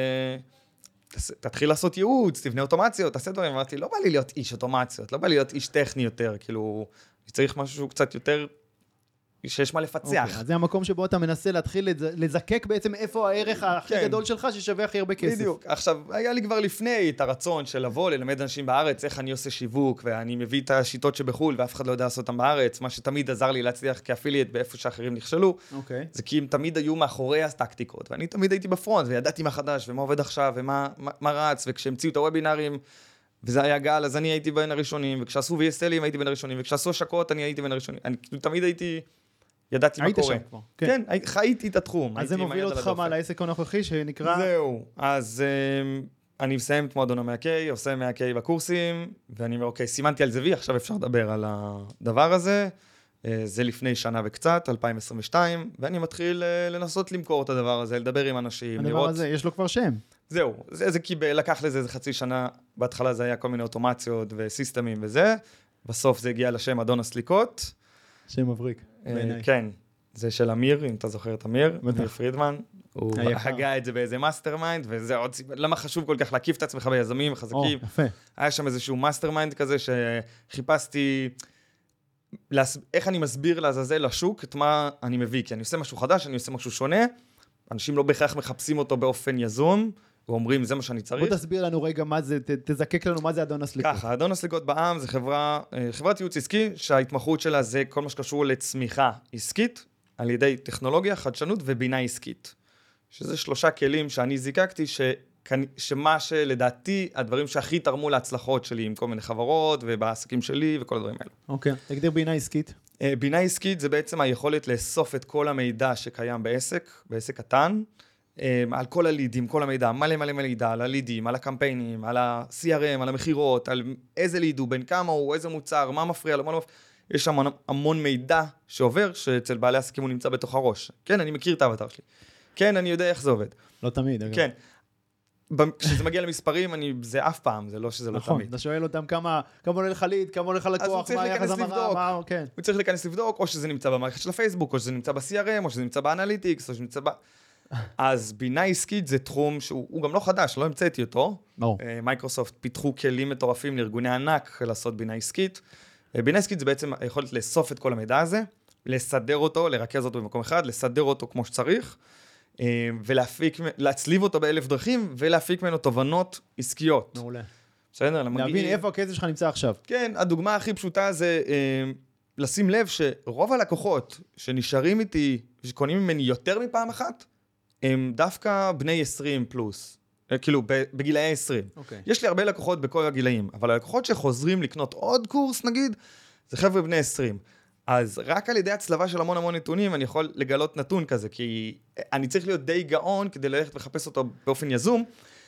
תתחיל לעשות ייעוץ, תבנה אוטומציות, תעשה דברים. אמרתי, לא בא לי להיות איש אוטומציות, לא בא לי להיות איש טכני יותר, כאילו, צריך משהו קצת יותר... שיש מה לפצח. אז זה המקום שבו אתה מנסה להתחיל לזקק בעצם איפה הערך הכי גדול שלך ששווה הכי הרבה כסף. בדיוק. עכשיו, היה לי כבר לפני את הרצון של לבוא, ללמד אנשים בארץ, איך אני עושה שיווק, ואני מביא את השיטות שבחול, ואף אחד לא יודע לעשות אותם בארץ, מה שתמיד עזר לי להצליח כאפילייט באיפה שאחרים נכשלו. אוקיי. זה כי הם תמיד היו מאחורי הטקטיקות, ואני תמיד הייתי בפרונט, וידעתי מה חדש, ומה עובד עכשיו, ומה מה רץ, וכשהמציאו את הוובינרים, וזה היה גל, אז אני הייתי בין הראשונים, וכשעשו וי אס אלים הייתי בין הראשונים, וכשעשו השקות אני הייתי בין הראשונים. אני תמיד הייתי ידעתי מה קורה. כן, חייתי את התחום. אז זה מוביל אותך מה לעסק הנוכחי שנקרא... זהו, אז אני מסיים את מועדון ה-מאה קיי, עושה מאה קיי בקורסים, ואני אומר, אוקיי, סימנתי על זה וי, עכשיו אפשר לדבר על הדבר הזה. זה לפני שנה וקצת, אלפיים עשרים ושתיים, ואני מתחיל לנסות למכור את הדבר הזה, לדבר עם אנשים, הדבר לראות... הזה, יש לו כבר שם. זהו, זה, זה כי לקח לזה איזה חצי שנה, בהתחלה זה היה כל מיני אוטומציות וסיסטמים וזה, בסוף זה הגיע לשם אדון הסליקות. שם מבריק, בעיניי. כן, זה של אמיר, אם אתה זוכר את אמיר, אמיר פרידמן, הוא הגה את זה באיזה מאסטר מיינד, וזה עוד סיבה, למה חשוב כל כך להקיף את עצמך ביזמים וחזקים. יפה. היה שם איזשהו מאסטר מיינד כזה שחיפשתי, איך אני מסביר לעזאזל לשוק את מה אני מביא, כי אני עושה משהו חדש, אני עושה משהו שונה, אנשים לא בהכרח מחפשים אותו באופן יזום, ואומרים, זה מה שאני צריך. בוא תסביר לנו רגע מה זה, תזקק לנו מה זה אדון הסליקות. ככה, אדון הסליקות בעם זה חברה, חברת ייעוץ עסקי, שההתמחות שלה זה כל מה שקשור לצמיחה עסקית, על ידי טכנולוגיה, חדשנות ובינה עסקית. שזה שלושה כלים שאני זיקקתי, שמה שלדעתי, הדברים שהכי תרמו להצלחות שלי עם כל מיני חברות, ובעסקים שלי, וכל הדברים האלה. אוקיי, תגדיר בינה עסקית. בינה עסקית זה בעצם היכולת לאסוף את כל המידע שקיים בעסק, בעסק קטן, על כל הלידים, כל המידע, מלא מלא מידע, על הלידים, על הקמפיינים, על ה-סי אר אם, על המחירות, על איזה ליד הוא, בין כמה הוא, איזה מוצר, מה מפריע לו, מה לא מפריע. יש שם המון מידע שעובר, שאצל בעלי עסקים הוא נמצא בתוך הראש. כן, אני מכיר את האבטר שלי. כן, אני יודע איך זה עובד. לא תמיד, אגב. כן. כשזה מגיע למספרים, אני, זה אף פעם, זה לא שזה לא תמיד. נכון, אתה שואל אותם כמה, כמה עולה לך ליד, כמה עולה לך לקוח, מה היחס המרה, מה, כן. הוא צריך להיכנס לבדוק, או שזה נמצא במערכת של הפייסבוק, או שזה נמצא ב-סי אר אם, או שזה נמצא באנליטיקס, או שזה נמצא ב... אז בינה עסקית זה תחום שהוא גם לא חדש, לא המצאתי אותו. מייקרוסופט פיתחו כלים מטורפים לארגוני ענק לעשות בינה עסקית. בינה עסקית זה בעצם היכולת לאסוף את כל המידע הזה, לסדר אותו, לרכז אותו במקום אחד, לסדר אותו כמו שצריך, ולהפיק, להצליב אותו באלף דרכים, ולהפיק ממנו תובנות עסקיות. מעולה. בסדר? להבין איפה הכסף שלך נמצא עכשיו. כן, הדוגמה הכי פשוטה זה לשים לב שרוב הלקוחות שנשארים איתי, שקונים ממני יותר מפעם אחת, הם דווקא בני עשרים פלוס, כאילו בגילאי עשרים. Okay. יש לי הרבה לקוחות בכל הגילאים, אבל הלקוחות שחוזרים לקנות עוד קורס נגיד, זה חבר'ה בני עשרים. אז רק על ידי הצלבה של המון המון נתונים, אני יכול לגלות נתון כזה, כי אני צריך להיות די גאון כדי ללכת לחפש אותו באופן יזום,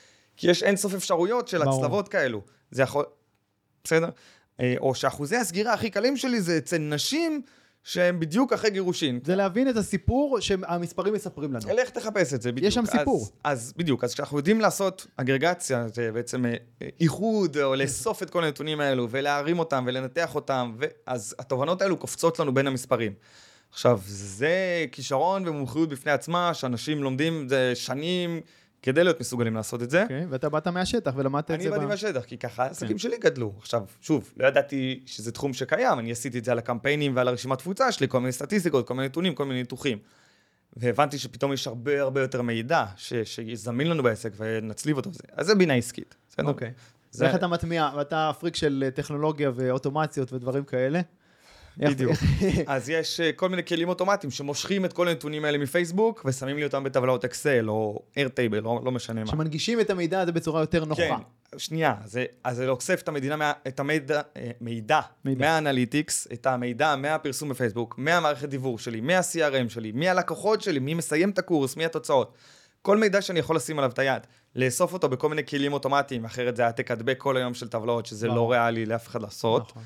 כי יש אין סוף אפשרויות של הצלבות כאלו. זה יכול, בסדר? או שאחוזי הסגירה הכי קלים שלי זה אצל נשים, שהם בדיוק אחרי גירושין. זה להבין את הסיפור שהמספרים מספרים לנו. איך תחפש את זה בדיוק. יש שם סיפור. אז, אז בדיוק, אז כשאנחנו יודעים לעשות אגרגציה, זה בעצם איחוד, או לאסוף את כל הנתונים האלו, ולהרים אותם, ולנתח אותם, אז התובנות האלו קופצות לנו בין המספרים. עכשיו, זה כישרון ומומחיות בפני עצמה, שאנשים לומדים זה שנים, כדי להיות מסוגלים לעשות את זה. אוקיי, ואתה באת מהשטח ולמדת את זה. אני באתי מהשטח, כי ככה העסקים שלי גדלו. עכשיו, שוב, לא ידעתי שזה תחום שקיים, אני עשיתי את זה על הקמפיינים ועל הרשימת תפוצה שלי, כל מיני סטטיסטיקות, כל מיני נתונים, כל מיני ניתוחים. והבנתי שפתאום יש הרבה הרבה יותר מידע שיזמין לנו בעסק ונצליב אותו. אז זה בינה עסקית. אוקיי. ואיך אתה מטמיע, ואתה פריק של טכנולוגיה ואוטומציות ודברים כאלה? בדיוק. אז יש כל מיני כלים אוטומטיים שמושכים את כל הנתונים האלה מפייסבוק, ושמים לי אותם בטבלאות אקסל או איירטייבל, לא, לא משנה מה. שמנגישים את המידע הזה בצורה יותר נוחה. כן, שנייה, זה, אז זה לאוסף את המדינה, את המידע, מידע, מידע. מהאנליטיקס, את המידע מהפרסום בפייסבוק, מהמערכת דיוור שלי, מה-סי אר אם שלי, מהלקוחות שלי, מי מסיים את הקורס, מי התוצאות. כל מידע שאני יכול לשים עליו את היד, לאסוף אותו בכל מיני כלים אוטומטיים, אחרת זה היה תקדבק כל היום של טבלאות, שזה לא, לא ריאלי לאף אחד לעשות. נכון.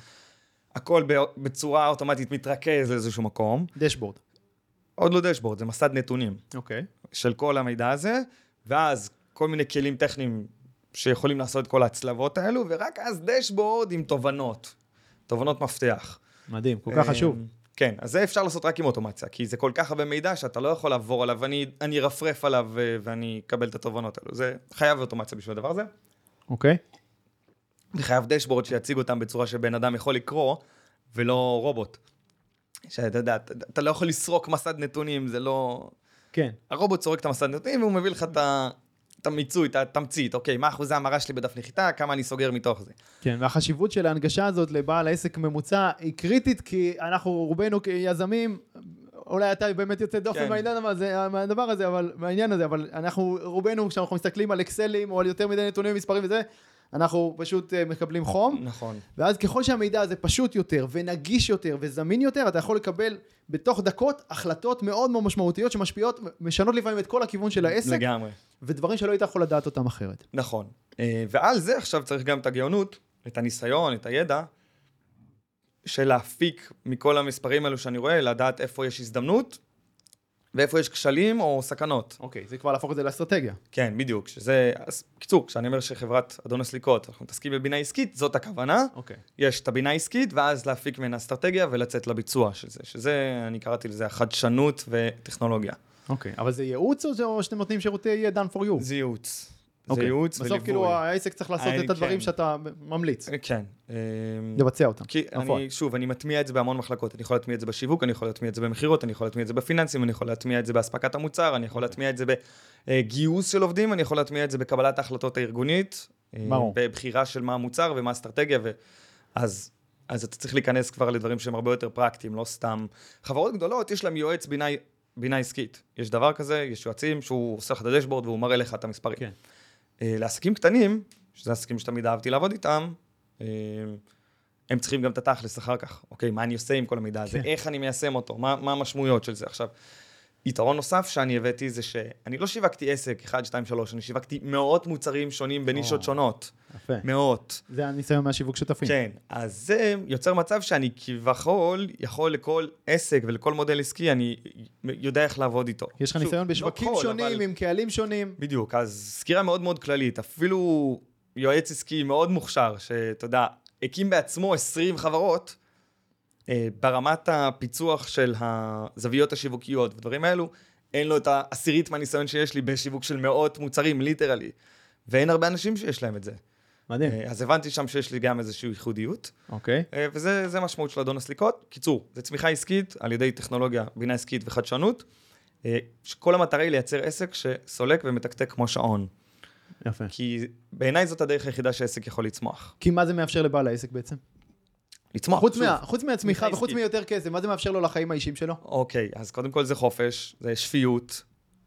הכל בצורה אוטומטית מתרכז לאיזשהו מקום. דשבורד. עוד לא דשבורד, זה מסד נתונים. אוקיי. של כל המידע הזה, ואז כל מיני כלים טכניים שיכולים לעשות את כל ההצלבות האלו, ורק אז דשבורד עם תובנות. תובנות מפתח. מדהים, כל כך חשוב. כן, אז זה אפשר לעשות רק עם אוטומציה, כי זה כל כך הרבה מידע שאתה לא יכול לעבור עליו, ואני, אני רפרף עליו ואני אקבל את התובנות האלו. זה חייב אוטומציה בשביל הדבר הזה. אוקיי. וחייב דשבורד שיציג אותם בצורה שבן אדם יכול לקרוא, ולא רובוט. שאתה יודע, אתה לא יכול לסרוק מסד נתונים, זה לא... כן. הרובוט סורק את המסד נתונים, והוא מביא לך את המיצוי, את התמצית. אוקיי, מה אחוזי המרה שלי בדף נחיתה, כמה אני סוגר מתוך זה. כן, והחשיבות של ההנגשה הזאת לבעל העסק ממוצע היא קריטית, כי אנחנו רובנו כיזמים, אולי אתה באמת יוצא דופן מהדבר הזה, אבל מהעניין הזה, אבל אנחנו רובנו, כשאנחנו מסתכלים על אקסלים, או על יותר מדי נתונים ומספרים וזה, אנחנו פשוט מקבלים חום. נכון. ואז ככל שהמידע הזה פשוט יותר, ונגיש יותר, וזמין יותר, אתה יכול לקבל בתוך דקות החלטות מאוד מאוד משמעותיות, שמשפיעות, משנות לפעמים את כל הכיוון של העסק. לגמרי. ודברים שלא היית יכול לדעת אותם אחרת. נכון. ועל זה עכשיו צריך גם את הגאונות, את הניסיון, את הידע, של להפיק מכל המספרים האלו שאני רואה, לדעת איפה יש הזדמנות, ואיפה יש כשלים או סכנות. אוקיי, זה כבר להפוך את זה לאסטרטגיה. כן, בדיוק. שזה, קיצור, כשאני אומר שחברת אדון הסליקות, אנחנו מתעסקים בבינה עסקית, זאת הכוונה. אוקיי. יש את הבינה עסקית, ואז להפיק ממנה אסטרטגיה ולצאת לביצוע של זה. שזה, אני קראתי לזה, החדשנות וטכנולוגיה. אוקיי, אבל זה ייעוץ או שאתם נותנים שירותי done for you? זה ייעוץ. זה ייעוץ וליווי. בסוף כאילו העסק צריך לעשות את הדברים שאתה ממליץ. כן. לבצע אותם. כי אני, שוב, אני מטמיע את זה בהמון מחלקות. אני יכול להטמיע את זה בשיווק, אני יכול להטמיע את זה במחירות, אני יכול להטמיע את זה בפיננסים, אני יכול להטמיע את זה בהספקת המוצר, אני יכול להטמיע את זה בגיוס של עובדים, אני יכול להטמיע את זה בקבלת ההחלטות הארגונית, בבחירה של מה המוצר ומה האסטרטגיה, אז אז אתה צריך להיכנס כבר לדברים שהם הרבה יותר פרקטיים, לא סתם. חברות גדולות, יש להם יועץ בינה עסקית. יש דבר כזה, יש יועצים שהוא עושה לך את הדשבורד והוא מראה לך את המספרים. לעסקים קטנים, שזה עסקים שתמיד אהבתי לעבוד איתם, הם צריכים גם את התכלס אחר כך. אוקיי, מה אני עושה עם כל המידע הזה? איך אני מיישם אותו? מה, מה המשמעויות של זה? עכשיו, יתרון נוסף שאני הבאתי זה שאני לא שיווקתי עסק, אחד, שתיים, שלוש, אני שיווקתי מאות מוצרים שונים בנישות שונות. יפה. מאות. זה הניסיון מהשיווק שותפים. כן, אז זה יוצר מצב שאני כביכול יכול לכל עסק ולכל מודל עסקי, אני יודע איך לעבוד איתו. יש לך ניסיון בשווקים שונים, עם קהלים שונים. בדיוק, אז סקירה מאוד מאוד כללית, אפילו יועץ עסקי מאוד מוכשר, שאתה יודע, הקים בעצמו עשרים חברות, ברמת הפיצוח של הזוויות השיווקיות ודברים האלו, אין לו את העשירית מהניסיון שיש לי בשיווק של מאות מוצרים, ליטרלי, ואין הרבה אנשים שיש להם את זה. מדהים. אז הבנתי שם שיש לי גם איזושהי ייחודיות. אוקיי. וזה זה משמעות של אדון הסליקות. קיצור, זה צמיחה עסקית על ידי טכנולוגיה, בינה עסקית וחדשנות, שכל המטרה היא לייצר עסק שסולק ומתקתק כמו שעון. יפה. כי בעיניי זאת הדרך היחידה שהעסק יכול לצמוח. כי מה זה מאפשר לבעל העסק בעצם? לצמוח. חוץ, מה, חוץ מהצמיחה וחוץ מיותר כסף, מה זה מאפשר לו לחיים האישיים שלו? אוקיי, אז קודם כל זה חופש, זה שפיות.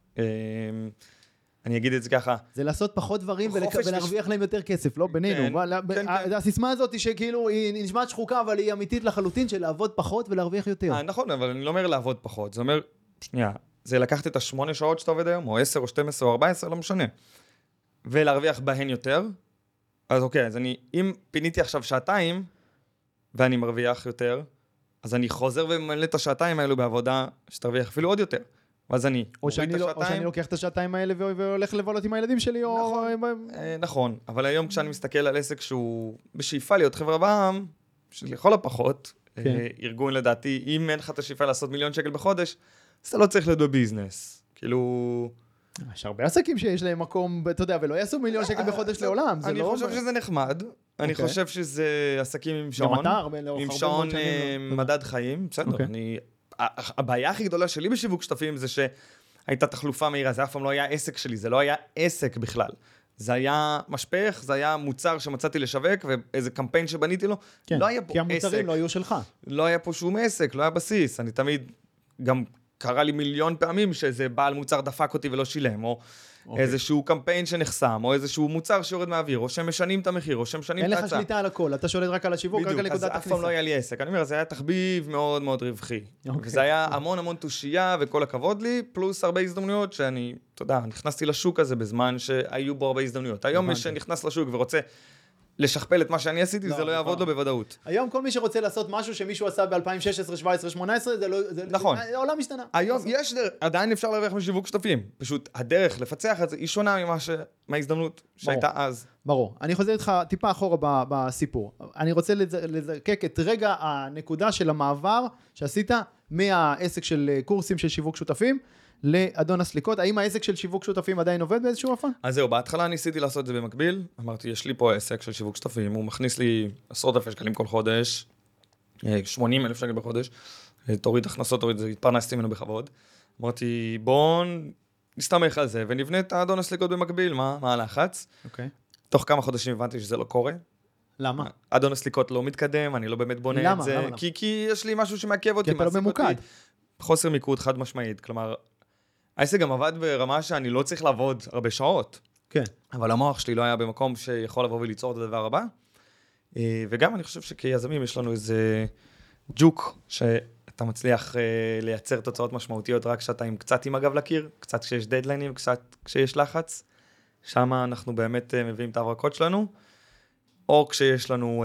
אני אגיד את זה ככה. זה לעשות פחות דברים ולהרוויח להם יותר כסף, לא בינינו. הסיסמה הזאת היא שכאילו היא נשמעת שחוקה, אבל היא אמיתית לחלוטין של לעבוד פחות ולהרוויח יותר. נכון, אבל אני לא אומר לעבוד פחות. זה אומר, שנייה, זה לקחת את השמונה שעות שאתה עובד היום, או עשר או שתים עשרה או ארבע עשרה, לא משנה. ולהרוויח בהן יותר. אז אוקיי, אז אני, אם פיניתי עכשיו שעתיים, ואני מרוויח יותר, אז אני חוזר וממלא את השעתיים האלו בעבודה שתרוויח אפילו עוד יותר. ואז אני או שאני, לא, או שאני לוקח את השעתיים האלה והולך לבלות עם הילדים שלי. נכון, או... נכון, אבל היום כשאני מסתכל על עסק שהוא בשאיפה להיות חברה בעם, שלכל הפחות, כן. ארגון לדעתי, אם אין לך את השאיפה לעשות מיליון שקל בחודש, אז אתה לא צריך להיות בביזנס. כאילו... יש הרבה עסקים שיש להם מקום, אתה יודע, ולא יעשו מיליון שקל בחודש לעולם. אני חושב שזה נחמד. אני חושב שזה עסקים עם שעון, עם שעון מדד חיים, בסדר. הבעיה הכי גדולה שלי בשיווק שותפים זה שהייתה תחלופה מהירה, זה אף פעם לא היה עסק שלי, זה לא היה עסק בכלל. זה היה משפך, זה היה מוצר שמצאתי לשווק, ואיזה קמפיין שבניתי לו, לא היה פה עסק. כי המוצרים לא היו שלך. לא היה פה שום עסק, לא היה בסיס. אני תמיד גם... קרה לי מיליון פעמים שאיזה בעל מוצר דפק אותי ולא שילם, או okay. איזשהו קמפיין שנחסם, או איזשהו מוצר שיורד מהאוויר, או שהם משנים את המחיר, או שהם משנים את ההצעה. אין לך שליטה על הכל, אתה שולט רק על השיווק, רק על נקודת הכניסה. אף פעם לא היה לי עסק. אני אומר, זה היה תחביב מאוד מאוד רווחי. Okay. וזה היה המון המון תושייה, וכל הכבוד לי, פלוס הרבה הזדמנויות שאני, אתה יודע, נכנסתי לשוק הזה בזמן שהיו בו הרבה הזדמנויות. היום מי שנכנס לשוק ורוצה לשכפל את מה שאני עשיתי, זה לא יעבוד לו בוודאות. היום כל מי שרוצה לעשות משהו שמישהו עשה ב-אלפיים ושש עשרה, שבע עשרה, שמונה עשרה, זה לא... נכון. העולם משתנה. היום יש דרך, עדיין אפשר להרוויח משיווק שותפים. פשוט הדרך לפצח את זה היא שונה מההזדמנות שהייתה אז. ברור. אני חוזר איתך טיפה אחורה בסיפור. אני רוצה לזקק את רגע הנקודה של המעבר שעשית מהעסק של קורסים של שיווק שותפים, לאדון הסליקות. האם העסק של שיווק שותפים עדיין עובד באיזשהו אופן? אז זהו, בהתחלה ניסיתי לעשות את זה במקביל. אמרתי, יש לי פה עסק של שיווק שותפים, הוא מכניס לי עשרות אלפי שקלים כל חודש, שמונים אלף שקל בחודש, תוריד הכנסות, תוריד, התפרנסתי ממנו בכבוד. אמרתי, בואו נסתמך על זה, ונבנה את האדון הסליקות במקביל, מה, מה הלחץ? אוקיי. תוך כמה חודשים הבנתי שזה לא קורה. למה? האדון הסליקות לא מתקדם, אני לא באמת בונה למה? את זה. למה? כי, כי יש לי משהו שמעכב אותי. כי אתה לא ממוקד. חוסר מיקוד חד משמעית, כלומר, העסק גם עבד ברמה שאני לא צריך לעבוד הרבה שעות. כן. אבל המוח שלי לא היה במקום שיכול לבוא וליצור את הדבר הבא. וגם אני חושב שכיזמים יש לנו איזה ג'וק, שאתה מצליח לייצר תוצאות משמעותיות רק כשאתה עם קצת עם הגב לקיר, קצת כשיש דדליינים, קצת כשיש לחץ. שם אנחנו באמת מביאים את ההברקות שלנו. או כשיש לנו,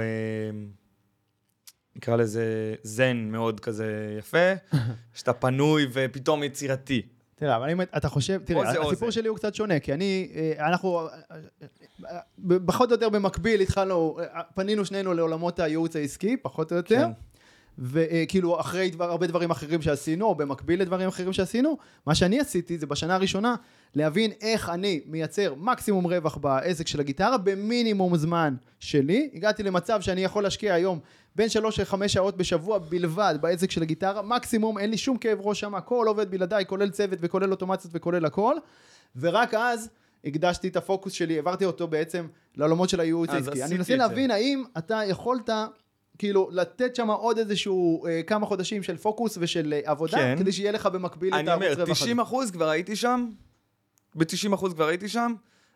נקרא לזה זן מאוד כזה יפה, שאתה פנוי ופתאום יצירתי. תראה, אבל אם אתה חושב, תראה, הסיפור שלי הוא קצת שונה, כי אני, אנחנו, פחות או יותר במקביל התחלנו, פנינו שנינו לעולמות הייעוץ העסקי, פחות או יותר, וכאילו אחרי דבר, הרבה דברים אחרים שעשינו, או במקביל לדברים אחרים שעשינו, מה שאני עשיתי זה בשנה הראשונה, להבין איך אני מייצר מקסימום רווח בעסק של הגיטרה, במינימום זמן שלי, הגעתי למצב שאני יכול להשקיע היום, בין שלוש לחמש שעות בשבוע בלבד בעסק של הגיטרה, מקסימום, אין לי שום כאב ראש שם, הכל עובד בלעדיי, כולל צוות וכולל אוטומציות וכולל הכל, ורק אז הקדשתי את הפוקוס שלי, העברתי אותו בעצם לעולמות של הייעוץ העסקי. אני מנסה להבין האם אתה יכולת כאילו לתת שם עוד איזשהו אה, כמה חודשים של פוקוס ושל אה, עבודה, כן. כדי שיהיה לך במקביל את הערוץ רווח. אני אומר, תשעים אחוז כבר הייתי שם, ב-תשעים אחוז כבר הייתי שם,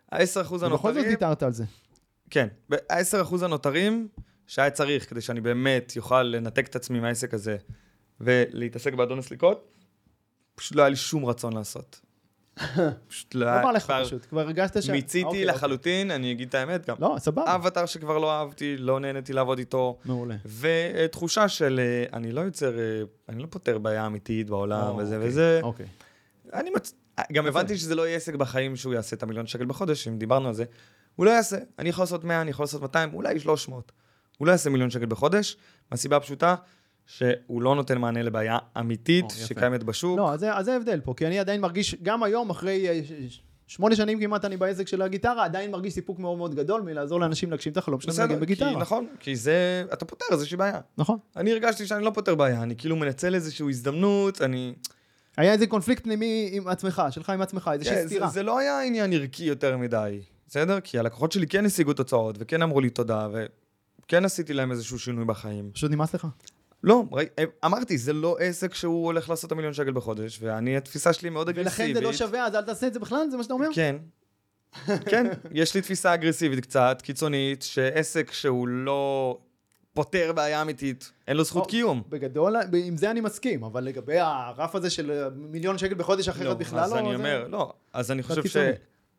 ה-עשרה אחוז הנותרים... ובכל זאת ויתרת על זה. כן, ב-עשרה אחוז הנותרים, שהיה צריך, כדי שאני באמת יוכל לנתק את עצמי מהעסק הזה, ולהתעסק באדון הסליקות, פשוט לא היה לי שום רצון לעשות. פשוט לא היה לך פשוט, כבר הרגשת ש... מיציתי לחלוטין, אני אגיד את האמת גם. לא, סבבה. אבטר שכבר לא אהבתי, לא נהניתי לעבוד איתו. מעולה. ותחושה של, אני לא יוצר, אני לא פותר בעיה אמיתית בעולם, וזה וזה. אוקיי. אני מצ... גם הבנתי שזה לא יהיה עסק בחיים שהוא יעשה את המיליון שקל בחודש, אם דיברנו על זה. הוא לא יעשה. אני יכול לעשות מאה, אני יכול לעשות מאתיים, אולי שלוש מאות. הוא לא יעשה מיליון שקל בחודש, מהסיבה הפשוטה שהוא לא נותן מענה לבעיה אמיתית שקיימת בשוק. לא, אז זה ההבדל פה, כי אני עדיין מרגיש, גם היום, אחרי שמונה שנים כמעט אני בעסק של הגיטרה, עדיין מרגיש סיפוק מאוד מאוד גדול מלעזור לאנשים להגשים את החלום שלהם לנגן בגיטרה. כי, נכון, כי זה, אתה פותר איזושהי בעיה. נכון. אני הרגשתי שאני לא פותר בעיה, אני כאילו מנצל איזושהי הזדמנות, אני... היה איזה קונפליקט פנימי עם עצמך, שלך עם עצמך, איזושהי סתירה. זה, זה לא היה עניין ערכי יותר מדי, בסדר? כי הלקוחות שלי כן השיגו תוצאות, וכן אמרו לי תודה, וכן עשיתי להם איזשהו שינוי בחיים. פשוט נמאס לך? לא, אמרתי, זה לא עסק שהוא הולך לעשות המיליון שקל בחודש, ואני, התפיסה שלי מאוד אגרסיבית. ולכן זה לא שווה, אז אל תעשה את זה בכלל, זה מה שאתה אומר? כן. כן, יש לי תפיסה אגרסיבית קצת, קיצונית, שעסק שהוא לא פותר בעיה אמיתית, אין לו זכות קיום. בגדול, עם זה אני מסכים, אבל לגבי הרף הזה של מיליון שקל בחודש אחרת בכלל לא... אז אני אומר, לא, אז אני חושב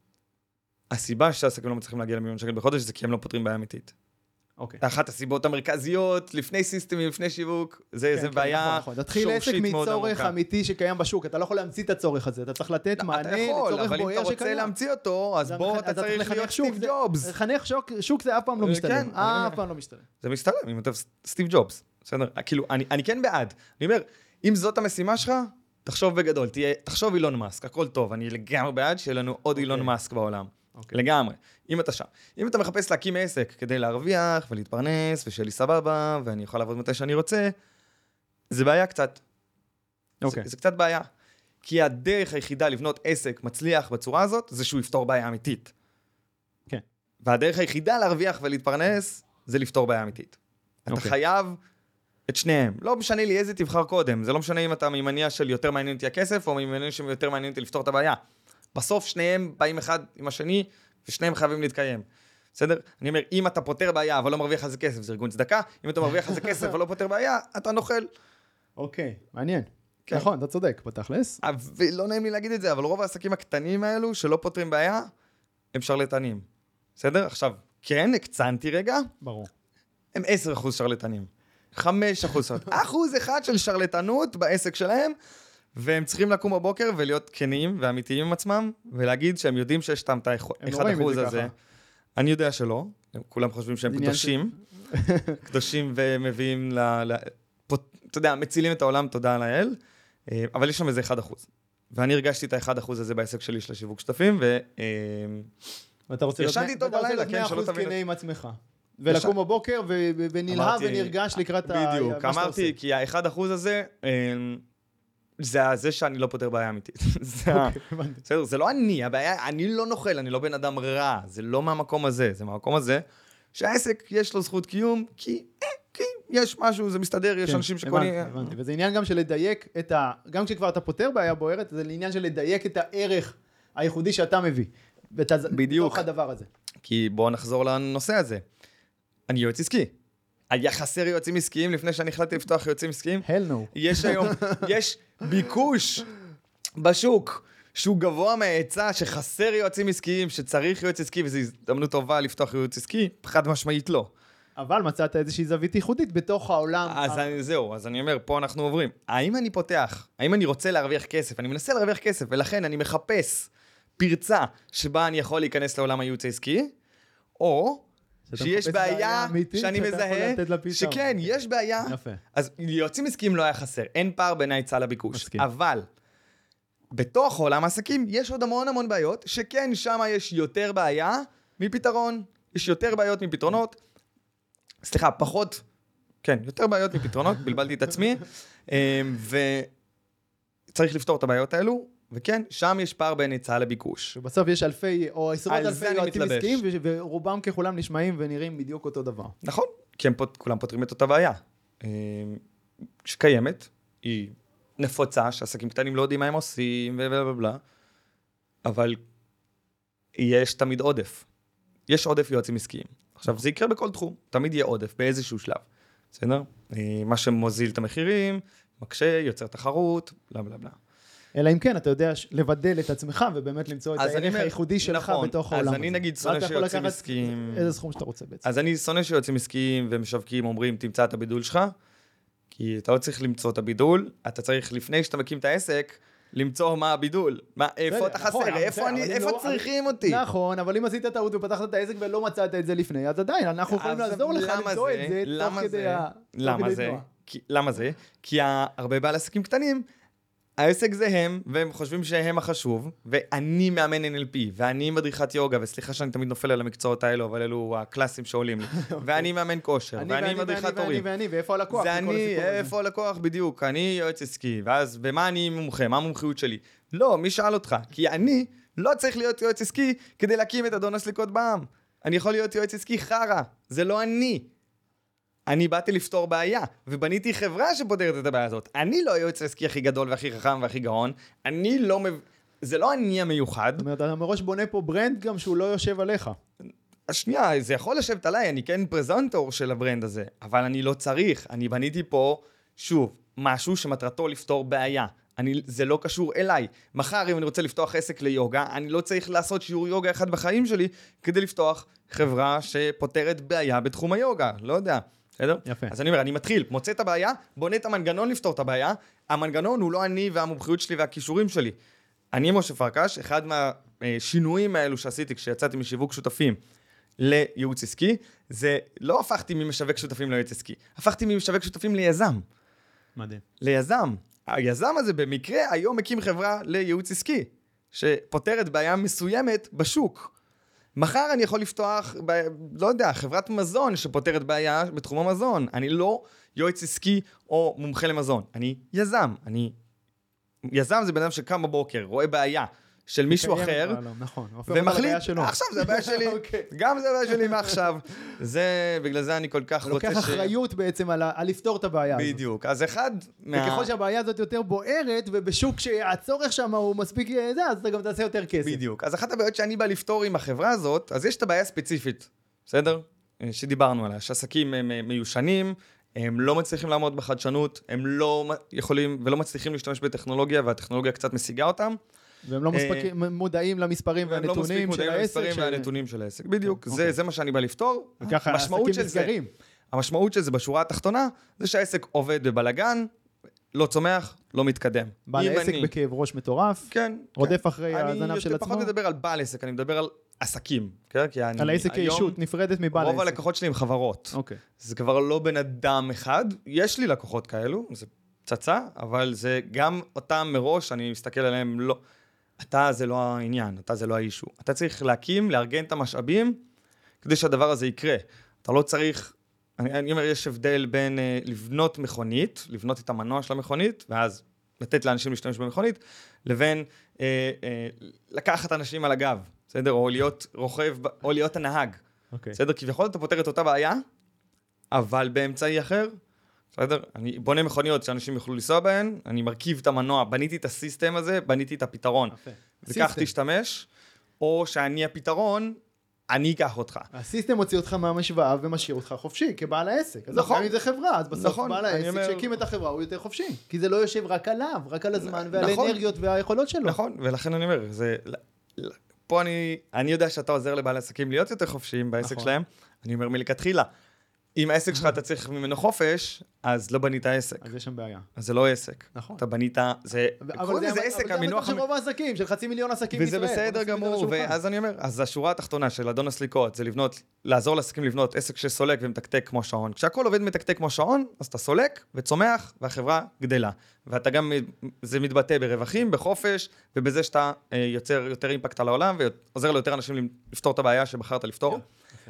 שהסיבה שהעסקים לא מצליחים להגיע למיליון שקל בחודש, זה כי הם לא פותרים בעיה אמיתית. אוקיי. אחת הסיבות המרכזיות, לפני סיסטמים, לפני שיווק, זה בעיה תתחיל עסק מצורך אמיתי שקיים בשוק, אתה לא יכול להמציא את הצורך הזה, אתה צריך לתת מענה לצורך בוער שקיים. אבל אם אתה רוצה להמציא אותו, אז בוא אתה צריך להיות סטיב ג'ובס. לחנך שוק זה אף פעם לא משתלם, אף פעם לא משתלם. זה משתלם, אם אתה סטיב ג'ובס, בסדר? כאילו, אני כן בעד. אני אומר, אם זאת המשימה שלך, תחשוב בגדול, תחשוב אילון מאסק, הכל טוב, אני לגמרי בעד שיהיה לנו עוד אילון מאסק בעולם. Okay. לגמרי, אם אתה שם. אם אתה מחפש להקים עסק כדי להרוויח ולהתפרנס ושיהיה לי סבבה ואני יכול לעבוד מתי שאני רוצה, זה בעיה קצת. Okay. זה, זה קצת בעיה. כי הדרך היחידה לבנות עסק מצליח בצורה הזאת, זה שהוא יפתור בעיה אמיתית. כן. Okay. והדרך היחידה להרוויח ולהתפרנס, זה לפתור בעיה אמיתית. Okay. אתה חייב את שניהם. לא משנה לי איזה תבחר קודם. זה לא משנה אם אתה ממניע של יותר מעניין אותי הכסף, או ממניע של יותר מעניין אותי לפתור את הבעיה. בסוף שניהם באים אחד עם השני, ושניהם חייבים להתקיים. בסדר? אני אומר, אם אתה פותר בעיה, אבל לא מרוויח על זה כסף, זה ארגון צדקה. אם אתה מרוויח על זה כסף, ולא פותר בעיה, אתה נוכל. אוקיי, מעניין. נכון, אתה צודק, בתכלס. ולא נעים לי להגיד את זה, אבל רוב העסקים הקטנים האלו, שלא פותרים בעיה, הם שרלטנים. בסדר? עכשיו, כן, הקצנתי רגע. ברור. הם עשרה אחוז שרלטנים. חמישה אחוז שרלטנים. אחוז אחד של שרלטנות בעסק שלהם, והם צריכים לקום בבוקר ולהיות כנים ואמיתיים עם עצמם, ולהגיד שהם יודעים שיש טעם את ה-אחד אחוז הזה. אני יודע שלא, כולם חושבים שהם קדושים, קדושים ומביאים, אתה יודע, מצילים את העולם, תודה על האל, אבל יש שם איזה אחד אחוז. ואני הרגשתי את ה-אחד אחוז הזה בעסק שלי של השיווק שותפים, וישנתי איתו בלילה, כן, שלא תבין. כנה עם עצמך. ולקום בבוקר ונלהב ונרגש לקראת... בדיוק, אמרתי, כי ה-אחד אחוז הזה... זה זה שאני לא פותר בעיה אמיתית. זה לא אני, הבעיה, אני לא נוכל, אני לא בן אדם רע, זה לא מהמקום הזה, זה מהמקום הזה, שהעסק יש לו זכות קיום, כי יש משהו, זה מסתדר, יש אנשים שקונים... וזה עניין גם של לדייק את ה... גם כשכבר אתה פותר בעיה בוערת, זה עניין של לדייק את הערך הייחודי שאתה מביא. בדיוק. בתוך הדבר הזה. כי בואו נחזור לנושא הזה. אני יועץ עסקי. היה חסר יועצים עסקיים לפני שאני החלטתי לפתוח יועצים עסקיים? Hell no. יש היום, יש ביקוש בשוק שהוא גבוה מההיצע, שחסר יועצים עסקיים, שצריך יועץ עסקי, וזו הזדמנות טובה לפתוח יועץ עסקי, חד משמעית לא. אבל מצאת איזושהי זווית ייחודית בתוך העולם. אז אני, זהו, אז אני אומר, פה אנחנו עוברים. האם אני פותח, האם אני רוצה להרוויח כסף? אני מנסה להרוויח כסף, ולכן אני מחפש פרצה שבה אני יכול להיכנס לעולם הייעוץ העסקי, או... שיש בעיה שאני מזהה, שכן, יש בעיה. אז יועצים עסקיים לא היה חסר, אין פער בין ההיצע לביקוש. אבל בתוך עולם העסקים יש עוד המון המון בעיות, שכן, שם יש יותר בעיה מפתרון. יש יותר בעיות מפתרונות. סליחה, פחות, כן, יותר בעיות מפתרונות, בלבלתי את עצמי. וצריך לפתור את הבעיות האלו. וכן, שם יש פער בין היצע לביקוש. ובסוף יש אלפי או עשרות אלפי יועצים עסקיים, ורובם ככולם נשמעים ונראים בדיוק אותו דבר. נכון, כי הם כולם פותרים את אותה בעיה. שקיימת, היא נפוצה, שעסקים קטנים לא יודעים מה הם עושים, ובלה, אבל יש תמיד עודף. יש עודף יועצים עסקיים. עכשיו, זה יקרה בכל תחום. תמיד יהיה עודף באיזשהו שלב. בסדר? מה שמוזיל את המחירים, מקשה, יוצר תחרות, בלה בלה בלה. אלא אם כן, אתה יודע לבדל את עצמך, ובאמת למצוא את הערך הייחודי שלך בתוך העולם הזה. אז אני נגיד שונא שיועצים עסקיים... איזה סכום שאתה רוצה בעצם. אז אני שונא שיועצים עסקיים ומשווקים אומרים, תמצא את הבידול שלך, כי אתה לא צריך למצוא את הבידול, אתה צריך לפני שאתה מקים את העסק, למצוא מה הבידול, מה, איפה אתה חסר, איפה צריכים אותי. נכון, אבל אם עשית טעות ופתחת את העסק ולא מצאת את זה לפני, אז עדיין, אנחנו יכולים לעזור לך למצוא את זה תוך כדי ה... למה זה? למה זה? כי הרבה בעלי עסקים קטנים, העסק זה הם, והם חושבים שהם החשוב, ואני מאמן אן אל פי, ואני מדריכת יוגה, וסליחה שאני תמיד נופל על המקצועות האלו, אבל אלו הקלאסים שעולים לי. ואני מאמן כושר, ואני מדריכת הורים. ואני, ואני, ואיפה הלקוח? זה אני, איפה הלקוח בדיוק, אני יועץ עסקי, ואז במה אני מומחה, מה המומחיות שלי? לא, מי שאל אותך? כי אני לא צריך להיות יועץ עסקי כדי להקים את אדון הסליקות בעם. אני יכול להיות יועץ עסקי חרה, זה לא אני. אני באתי לפתור בעיה, ובניתי חברה שפותרת את הבעיה הזאת. אני לא היועץ העסקי הכי גדול והכי חכם והכי גאון, אני לא... זה לא אני המיוחד. זאת אומרת, אתה מראש בונה פה ברנד גם שהוא לא יושב עליך. השנייה, זה יכול לשבת עליי, אני כן פרזנטור של הברנד הזה, אבל אני לא צריך, אני בניתי פה, שוב, משהו שמטרתו לפתור בעיה. אני, זה לא קשור אליי. מחר, אם אני רוצה לפתוח עסק ליוגה, אני לא צריך לעשות שיעור יוגה אחד בחיים שלי, כדי לפתוח חברה שפותרת בעיה בתחום היוגה. לא יודע. בסדר? יפה. אז אני אומר, אני מתחיל, מוצא את הבעיה, בונה את המנגנון לפתור את הבעיה. המנגנון הוא לא אני והמומחיות שלי והכישורים שלי. אני משה פרקש, אחד מהשינויים האלו שעשיתי כשיצאתי משיווק שותפים לייעוץ עסקי, זה לא הפכתי ממשווק שותפים לייעוץ עסקי, הפכתי ממשווק שותפים ליזם. מדהים. ליזם. היזם הזה במקרה היום מקים חברה לייעוץ עסקי, שפותרת בעיה מסוימת בשוק. מחר אני יכול לפתוח, ב, לא יודע, חברת מזון שפותרת בעיה בתחום המזון. אני לא יועץ עסקי או מומחה למזון. אני יזם. אני... יזם זה בן אדם שקם בבוקר, רואה בעיה של מישהו אחר, נכון, ומחליט, עכשיו זה הבעיה שלי, גם זה הבעיה שלי מעכשיו. זה, בגלל זה אני כל כך רוצה ש... לוקח אחריות בעצם על לפתור את הבעיה הזאת. בדיוק, אז אחד מה... וככל שהבעיה הזאת יותר בוערת, ובשוק שהצורך שם הוא מספיק זה, אז אתה גם תעשה יותר כסף. בדיוק, אז אחת הבעיות שאני בא לפתור עם החברה הזאת, אז יש את הבעיה הספציפית, בסדר? שדיברנו עליה, שעסקים הם מיושנים, הם לא מצליחים לעמוד בחדשנות, הם לא יכולים ולא מצליחים להשתמש בטכנולוגיה, והטכנולוגיה קצת משיגה אותם. והם לא מספיק מודעים למספרים והנתונים של העסק. למספרים והנתונים של העסק, בדיוק. זה מה שאני בא לפתור. וככה העסקים נסגרים. המשמעות של זה בשורה התחתונה, זה שהעסק עובד בבלגן, לא צומח, לא מתקדם. בעל העסק בכאב ראש מטורף, כן. רודף אחרי הזנב של עצמו. אני פחות מדבר על בעל עסק, אני מדבר על עסקים. על העסק כישות, נפרדת מבעל העסק. רוב הלקוחות שלי הם חברות. זה כבר לא בן אדם אחד. יש לי לקוחות כאלו, זה פצצה, אבל זה גם אותם מראש, אני מסתכל עליהם, לא... אתה זה לא העניין, אתה זה לא האישו. אתה צריך להקים, לארגן את המשאבים, כדי שהדבר הזה יקרה. אתה לא צריך, אני, אני אומר, יש הבדל בין אה, לבנות מכונית, לבנות את המנוע של המכונית, ואז לתת לאנשים להשתמש במכונית, לבין אה, אה, לקחת אנשים על הגב, בסדר? או להיות רוכב, או להיות הנהג. Okay. בסדר? כביכול אתה פותר את אותה בעיה, אבל באמצעי אחר, בסדר? אני בונה מכוניות שאנשים יוכלו לנסוע בהן, אני מרכיב את המנוע, בניתי את הסיסטם הזה, בניתי את הפתרון. וכך תשתמש, או שאני הפתרון, אני אקח אותך. הסיסטם הוציא אותך מהמשוואה ומשאיר אותך חופשי, כבעל העסק. אז גם אם זה חברה, אז בסוף בעל העסק שהקים את החברה הוא יותר חופשי. כי זה לא יושב רק עליו, רק על הזמן ועל האנרגיות והיכולות שלו. נכון, ולכן אני אומר, זה... פה אני, אני יודע שאתה עוזר לבעל עסקים להיות יותר חופשיים בעסק שלהם. אני אומר מלכתחילה, אם העסק שלך אתה צריך ממנו חופש, אז לא בנית עסק. אז יש שם בעיה. אז זה לא עסק. נכון. אתה בנית, זה... אבל זה עסק, המינוח... של רוב העסקים, של חצי מיליון עסקים בישראל. וזה בסדר גמור, ואז אני אומר, אז השורה התחתונה של אדון הסליקות, זה לבנות, לעזור לעסקים לבנות עסק שסולק ומתקתק כמו שעון. כשהכל עובד מתקתק כמו שעון, אז אתה סולק וצומח, והחברה גדלה. ואתה גם, זה מתבטא ברווחים, בחופש, ובזה שאתה יוצר יותר אימפקט על העולם, ועוזר ליותר אנשים לפתור את הבעיה שבחרת לפתור.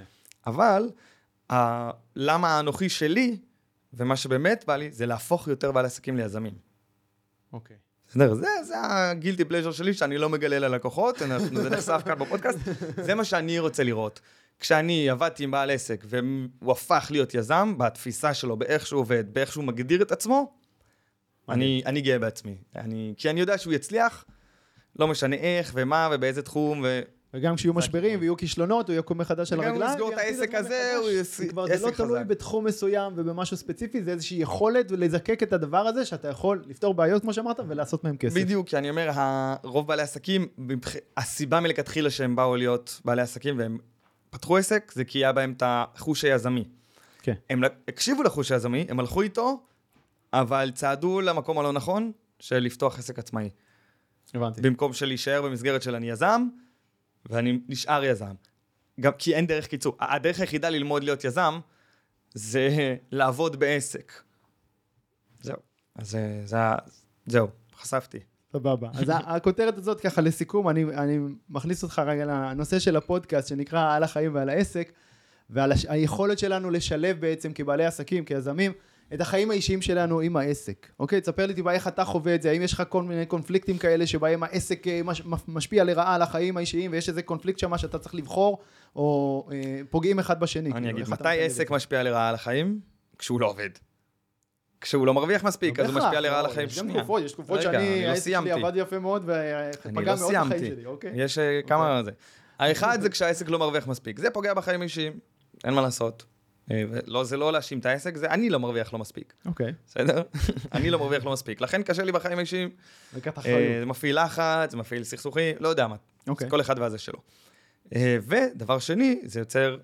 אבל ה- למה האנוכי שלי, ומה שבאמת בא לי, זה להפוך יותר בעלי עסקים ליזמים. אוקיי. זה, זה, זה הגילטי פלז'ר שלי, שאני לא מגלה ללקוחות, זה נחשף כאן בפודקאסט, זה מה שאני רוצה לראות. כשאני עבדתי עם בעל עסק, והוא הפך להיות יזם, בתפיסה שלו, באיך שהוא עובד, באיך שהוא מגדיר את עצמו, אני, אני גאה בעצמי. אני, כי אני יודע שהוא יצליח, לא משנה איך ומה ובאיזה תחום, ו... וגם כשיהיו משברים ויהיו כישלונות, הוא יקום מחדש על הרגליים. וגם לסגור את העסק הזה, הוא יעשה עסק חזק. כבר זה לא תלוי בתחום מסוים ובמשהו ספציפי, זה איזושהי יכולת ולזקק את הדבר הזה, שאתה יכול לפתור בעיות, כמו שאמרת, ולעשות מהם כסף. בדיוק, כי אני אומר, הרוב בעלי עסקים, הסיבה מלכתחילה שהם באו להיות בעלי עסקים, והם פתחו עסק, זה כי היה בהם את החוש היזמי. כן. הם הקשיבו לחוש היזמי, הם הלכו איתו, אבל צעדו למקום הלא נכון, של לפתוח עסק עצמאי. הבנתי. במקום של להישאר במסגרת של אני יזם, ואני נשאר יזם. גם כי אין דרך קיצור. הדרך היחידה ללמוד להיות יזם, זה לעבוד בעסק. זהו. אז זה, זה, זהו, חשפתי. סבבה. אז הכותרת הזאת ככה לסיכום, אני, אני מכניס אותך רגע לנושא של הפודקאסט, שנקרא על החיים ועל העסק, ועל היכולת שלנו לשלב בעצם כבעלי עסקים, כיזמים, את החיים האישיים שלנו עם העסק. אוקיי? תספר לי טיפה איך אתה חווה את זה, האם יש לך כל מיני קונפליקטים כאלה שבהם העסק משפיע לרעה על החיים האישיים, ויש איזה קונפליקט שם שאתה צריך לבחור, או אה, פוגעים אחד בשני. אני אגיד, מתי עסק משפיע לרעה על החיים? כשהוא לא עובד. כשהוא לא מרוויח מספיק, אז הוא משפיע לרעה על החיים. יש גם תקופות, יש תקופות שאני, העסק שלי עבד יפה מאוד, ופגע מאוד בחיים שלי, אוקיי? יש כמה זה. האחד זה כשהעסק לא מרוויח מספיק. זה פוגע בחיים אישיים, אין מה לעשות. לא, זה לא להאשים את העסק, זה אני לא מרוויח לא מספיק. אוקיי. בסדר? אני לא מרוויח לא מספיק. לכן קשה לי בחיים אישיים. זה מפעיל לחץ, זה מפעיל סכסוכי, לא יודע מה. אוקיי. כל אחד והזה שלו. ודבר שני, זה יוצר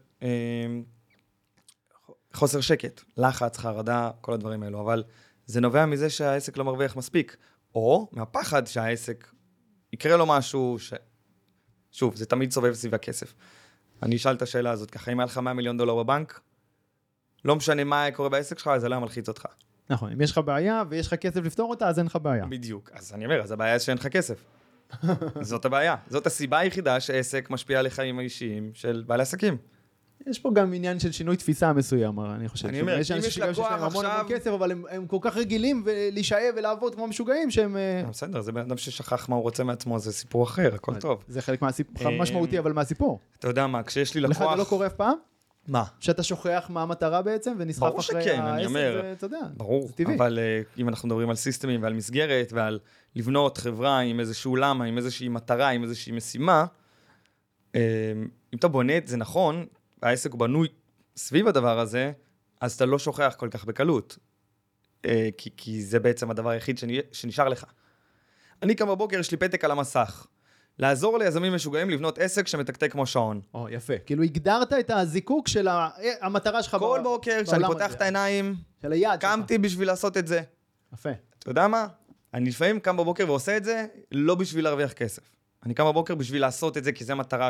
חוסר שקט, לחץ, חרדה, כל הדברים האלו. אבל זה נובע מזה שהעסק לא מרוויח מספיק. או מהפחד שהעסק יקרה לו משהו ש... שוב, זה תמיד סובב סביב הכסף. אני אשאל את השאלה הזאת, ככה, אם היה לך מאה מיליון דולר בבנק, לא משנה מה קורה בעסק שלך, זה לא מלחיץ אותך. נכון, אם יש לך בעיה ויש לך כסף לפתור אותה, אז אין לך בעיה. בדיוק, אז אני אומר, אז הבעיה זה שאין לך כסף. זאת הבעיה. זאת הסיבה היחידה שעסק משפיע על החיים האישיים של בעלי עסקים. יש פה גם עניין של שינוי תפיסה מסוים, אני חושב. אני אומר, אם יש לקוח המון המון כסף, אבל הם, הם כל כך רגילים להישאב ולעבוד כמו משוגעים שהם... בסדר, זה בן אדם ששכח מה הוא רוצה מעצמו, זה סיפור אחר, הכל טוב. זה חלק מהסיפור, משמעותי, אבל מהסיפור. אתה יודע מה, כשיש לי לקוח... לך זה לא קורה אף פעם? מה? שאתה שוכח מה המטרה בעצם, ונסחף אחרי העסק, אתה יודע, ברור, אבל אם אנחנו מדברים על סיסטמים ועל מסגרת, ועל לבנות חברה עם איזשהו למה, עם איזושהי מטרה, עם איזושהי משימה, אם אתה בונה את זה נכון, העסק בנוי סביב הדבר הזה, אז אתה לא שוכח כל כך בקלות. כי, כי זה בעצם הדבר היחיד שנשאר לך. אני קם בבוקר, יש לי פתק על המסך. לעזור ליזמים משוגעים לבנות עסק שמתקתק כמו שעון. או, יפה. כאילו הגדרת את הזיקוק של המטרה שלך. כל בוקר, כשאני פותח את העיניים, קמתי בשביל לעשות את זה. יפה. אתה יודע מה? אני לפעמים קם בבוקר ועושה את זה, לא בשביל להרוויח כסף. אני קם בבוקר בשביל לעשות את זה, כי זו מטרה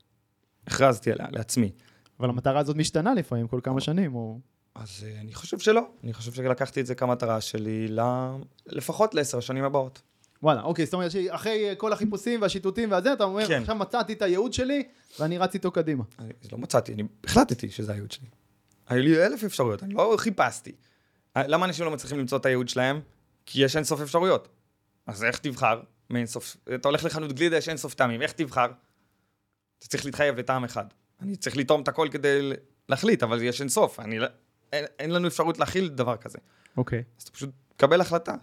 שהכרזתי עליה, לעצמי. אבל המטרה הזאת משתנה לפעמים, כל כמה שנים, או... אז אני חושב שלא. אני חושב שלקחתי את זה כמטרה שלי, לפחות לעשר השנים הבאות. וואלה, אוקיי, זאת אומרת שאחרי כל החיפושים והשיטוטים והזה, אתה אומר, עכשיו מצאתי את הייעוד שלי, ואני רץ איתו קדימה. לא מצאתי, אני החלטתי שזה הייעוד שלי. היו לי אלף אפשרויות, אני לא חיפשתי. למה אנשים לא מצליחים למצוא את הייעוד שלהם? כי יש אין סוף אפשרויות. אז איך תבחר? אתה הולך לחנות גלידה, יש אין סוף טעמים, איך תבחר? אתה צריך להתחייב לטעם אחד. אני צריך לטעום את הכל כדי להחליט, אבל יש אין סוף. אין לנו אפשרות להכיל דבר כזה. אוקיי. אז אתה פשוט קבל החלטה.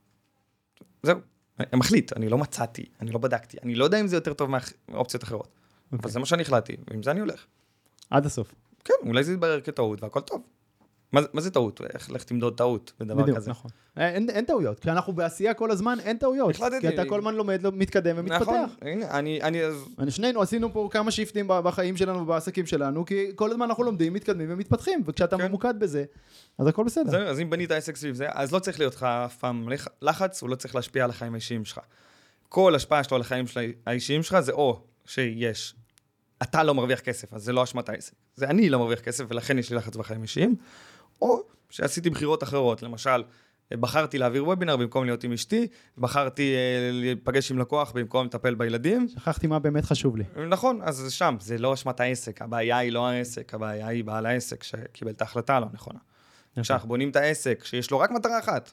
זהו. אני מחליט, אני לא מצאתי, אני לא בדקתי, אני לא יודע אם זה יותר טוב מאופציות אחרות. Okay. אבל זה מה שאני החלטתי, ועם זה אני הולך. עד הסוף. כן, אולי זה יתברר כטעות, והכל טוב. מה, מה זה טעות? איך, איך תמדוד טעות בדבר בדיוק, כזה? נכון. אין, אין טעויות. כשאנחנו בעשייה כל הזמן, אין טעויות. החלטתי. כי אתה כל הזמן לומד, מתקדם ומתפתח. נכון, הנה, אני... אני, אני שנינו עשינו פה כמה שיפטים בחיים שלנו ובעסקים שלנו, כי כל הזמן אנחנו לומדים, מתקדמים ומתפתחים, וכשאתה כן. ממוקד בזה, אז הכל בסדר. זה, אז אם בנית עסק סביב זה, אז לא צריך להיות לך אף פעם לחץ, הוא לא צריך להשפיע על החיים האישיים שלך. כל השפעה שלו על החיים האישיים שלך זה או שיש, אתה לא מרוויח כסף, אז זה לא אשמת העסק. זה אני לא מרוויח כסף, ולכן יש לי לחץ בחיים האישיים, או שעשיתי בחירות אחרות, למשל, בחרתי להעביר וובינר במקום להיות עם אשתי, בחרתי להיפגש עם לקוח במקום לטפל בילדים. שכחתי מה באמת חשוב לי. נכון, אז שם, זה לא אשמת העסק, הבעיה היא לא העסק, הבעיה היא בעל העסק שקיבל את ההחלטה הלא נכונה. כשאנחנו בונים את העסק, שיש לו רק מטרה אחת,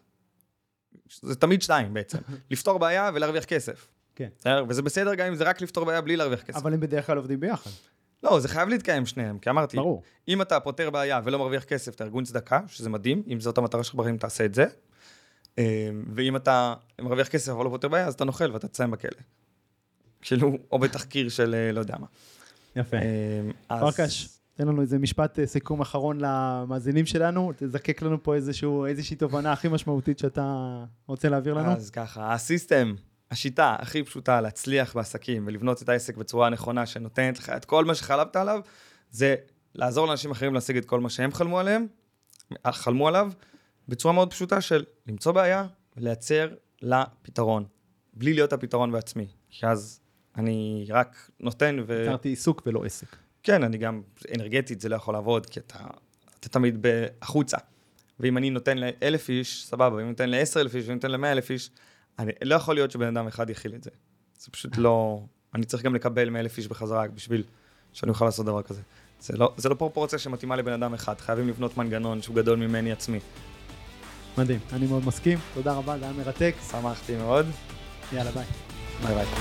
זה תמיד שתיים בעצם, לפתור בעיה ולהרוויח כסף. כן. וזה בסדר גם אם זה רק לפתור בעיה בלי להרוויח כסף. אבל הם בדרך כלל עובדים ביחד. לא, זה חייב להתקיים שניהם, כי אמרתי, ברור. אם אתה פותר בעיה ולא מרוויח כסף, אתה ארגון צדקה, שזה מדהים, אם זאת המטרה שלך בחיים, תעשה את זה. ואם אתה מרוויח כסף אבל לא פותר בעיה, אז אתה נוכל ואתה תסיים בכלא. כאילו, או בתחקיר של לא יודע מה. יפה. פרקש, תן לנו איזה משפט סיכום אחרון למאזינים שלנו, תזקק לנו פה איזשהו, איזושהי תובנה הכי משמעותית שאתה רוצה להעביר לנו. אז ככה, הסיסטם, השיטה הכי פשוטה להצליח בעסקים ולבנות את העסק בצורה נכונה שנותנת לך את כל מה שחלמת עליו, זה לעזור לאנשים אחרים להשיג את כל מה שהם חלמו עליהם, חלמו עליו, בצורה מאוד פשוטה של למצוא בעיה ולייצר לה פתרון, בלי להיות הפתרון בעצמי. כי אז אני רק נותן ו... יצרתי עיסוק ולא עסק. כן, אני גם אנרגטית, זה לא יכול לעבוד, כי אתה, אתה תמיד בחוצה. ואם אני נותן לאלף איש, סבבה, ואם נותן לעשר אלף איש, ואם נותן למאה אלף איש, אני, לא יכול להיות שבן אדם אחד יכיל את זה. זה פשוט לא... אני צריך גם לקבל מאלף איש בחזרה, בשביל שאני אוכל לעשות דבר כזה. זה לא, זה לא פרופורציה שמתאימה לבן אדם אחד. חייבים לבנות מנגנון שהוא גדול ממני עצמי. מדהים, אני מאוד מסכים. תודה רבה, זה היה מרתק. שמחתי מאוד. יאללה, ביי. ביי ביי.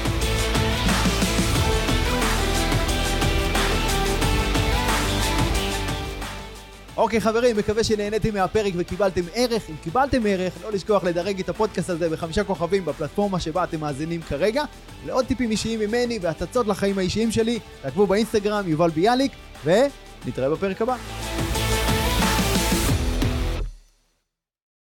אוקיי חברים, מקווה שנהניתם מהפרק וקיבלתם ערך. אם קיבלתם ערך, לא לשכוח לדרג את הפודקאסט הזה בחמישה כוכבים בפלטפורמה שבה אתם מאזינים כרגע. לעוד טיפים אישיים ממני והצצות לחיים האישיים שלי, תעקבו באינסטגרם יובל ביאליק, ונתראה בפרק הבא.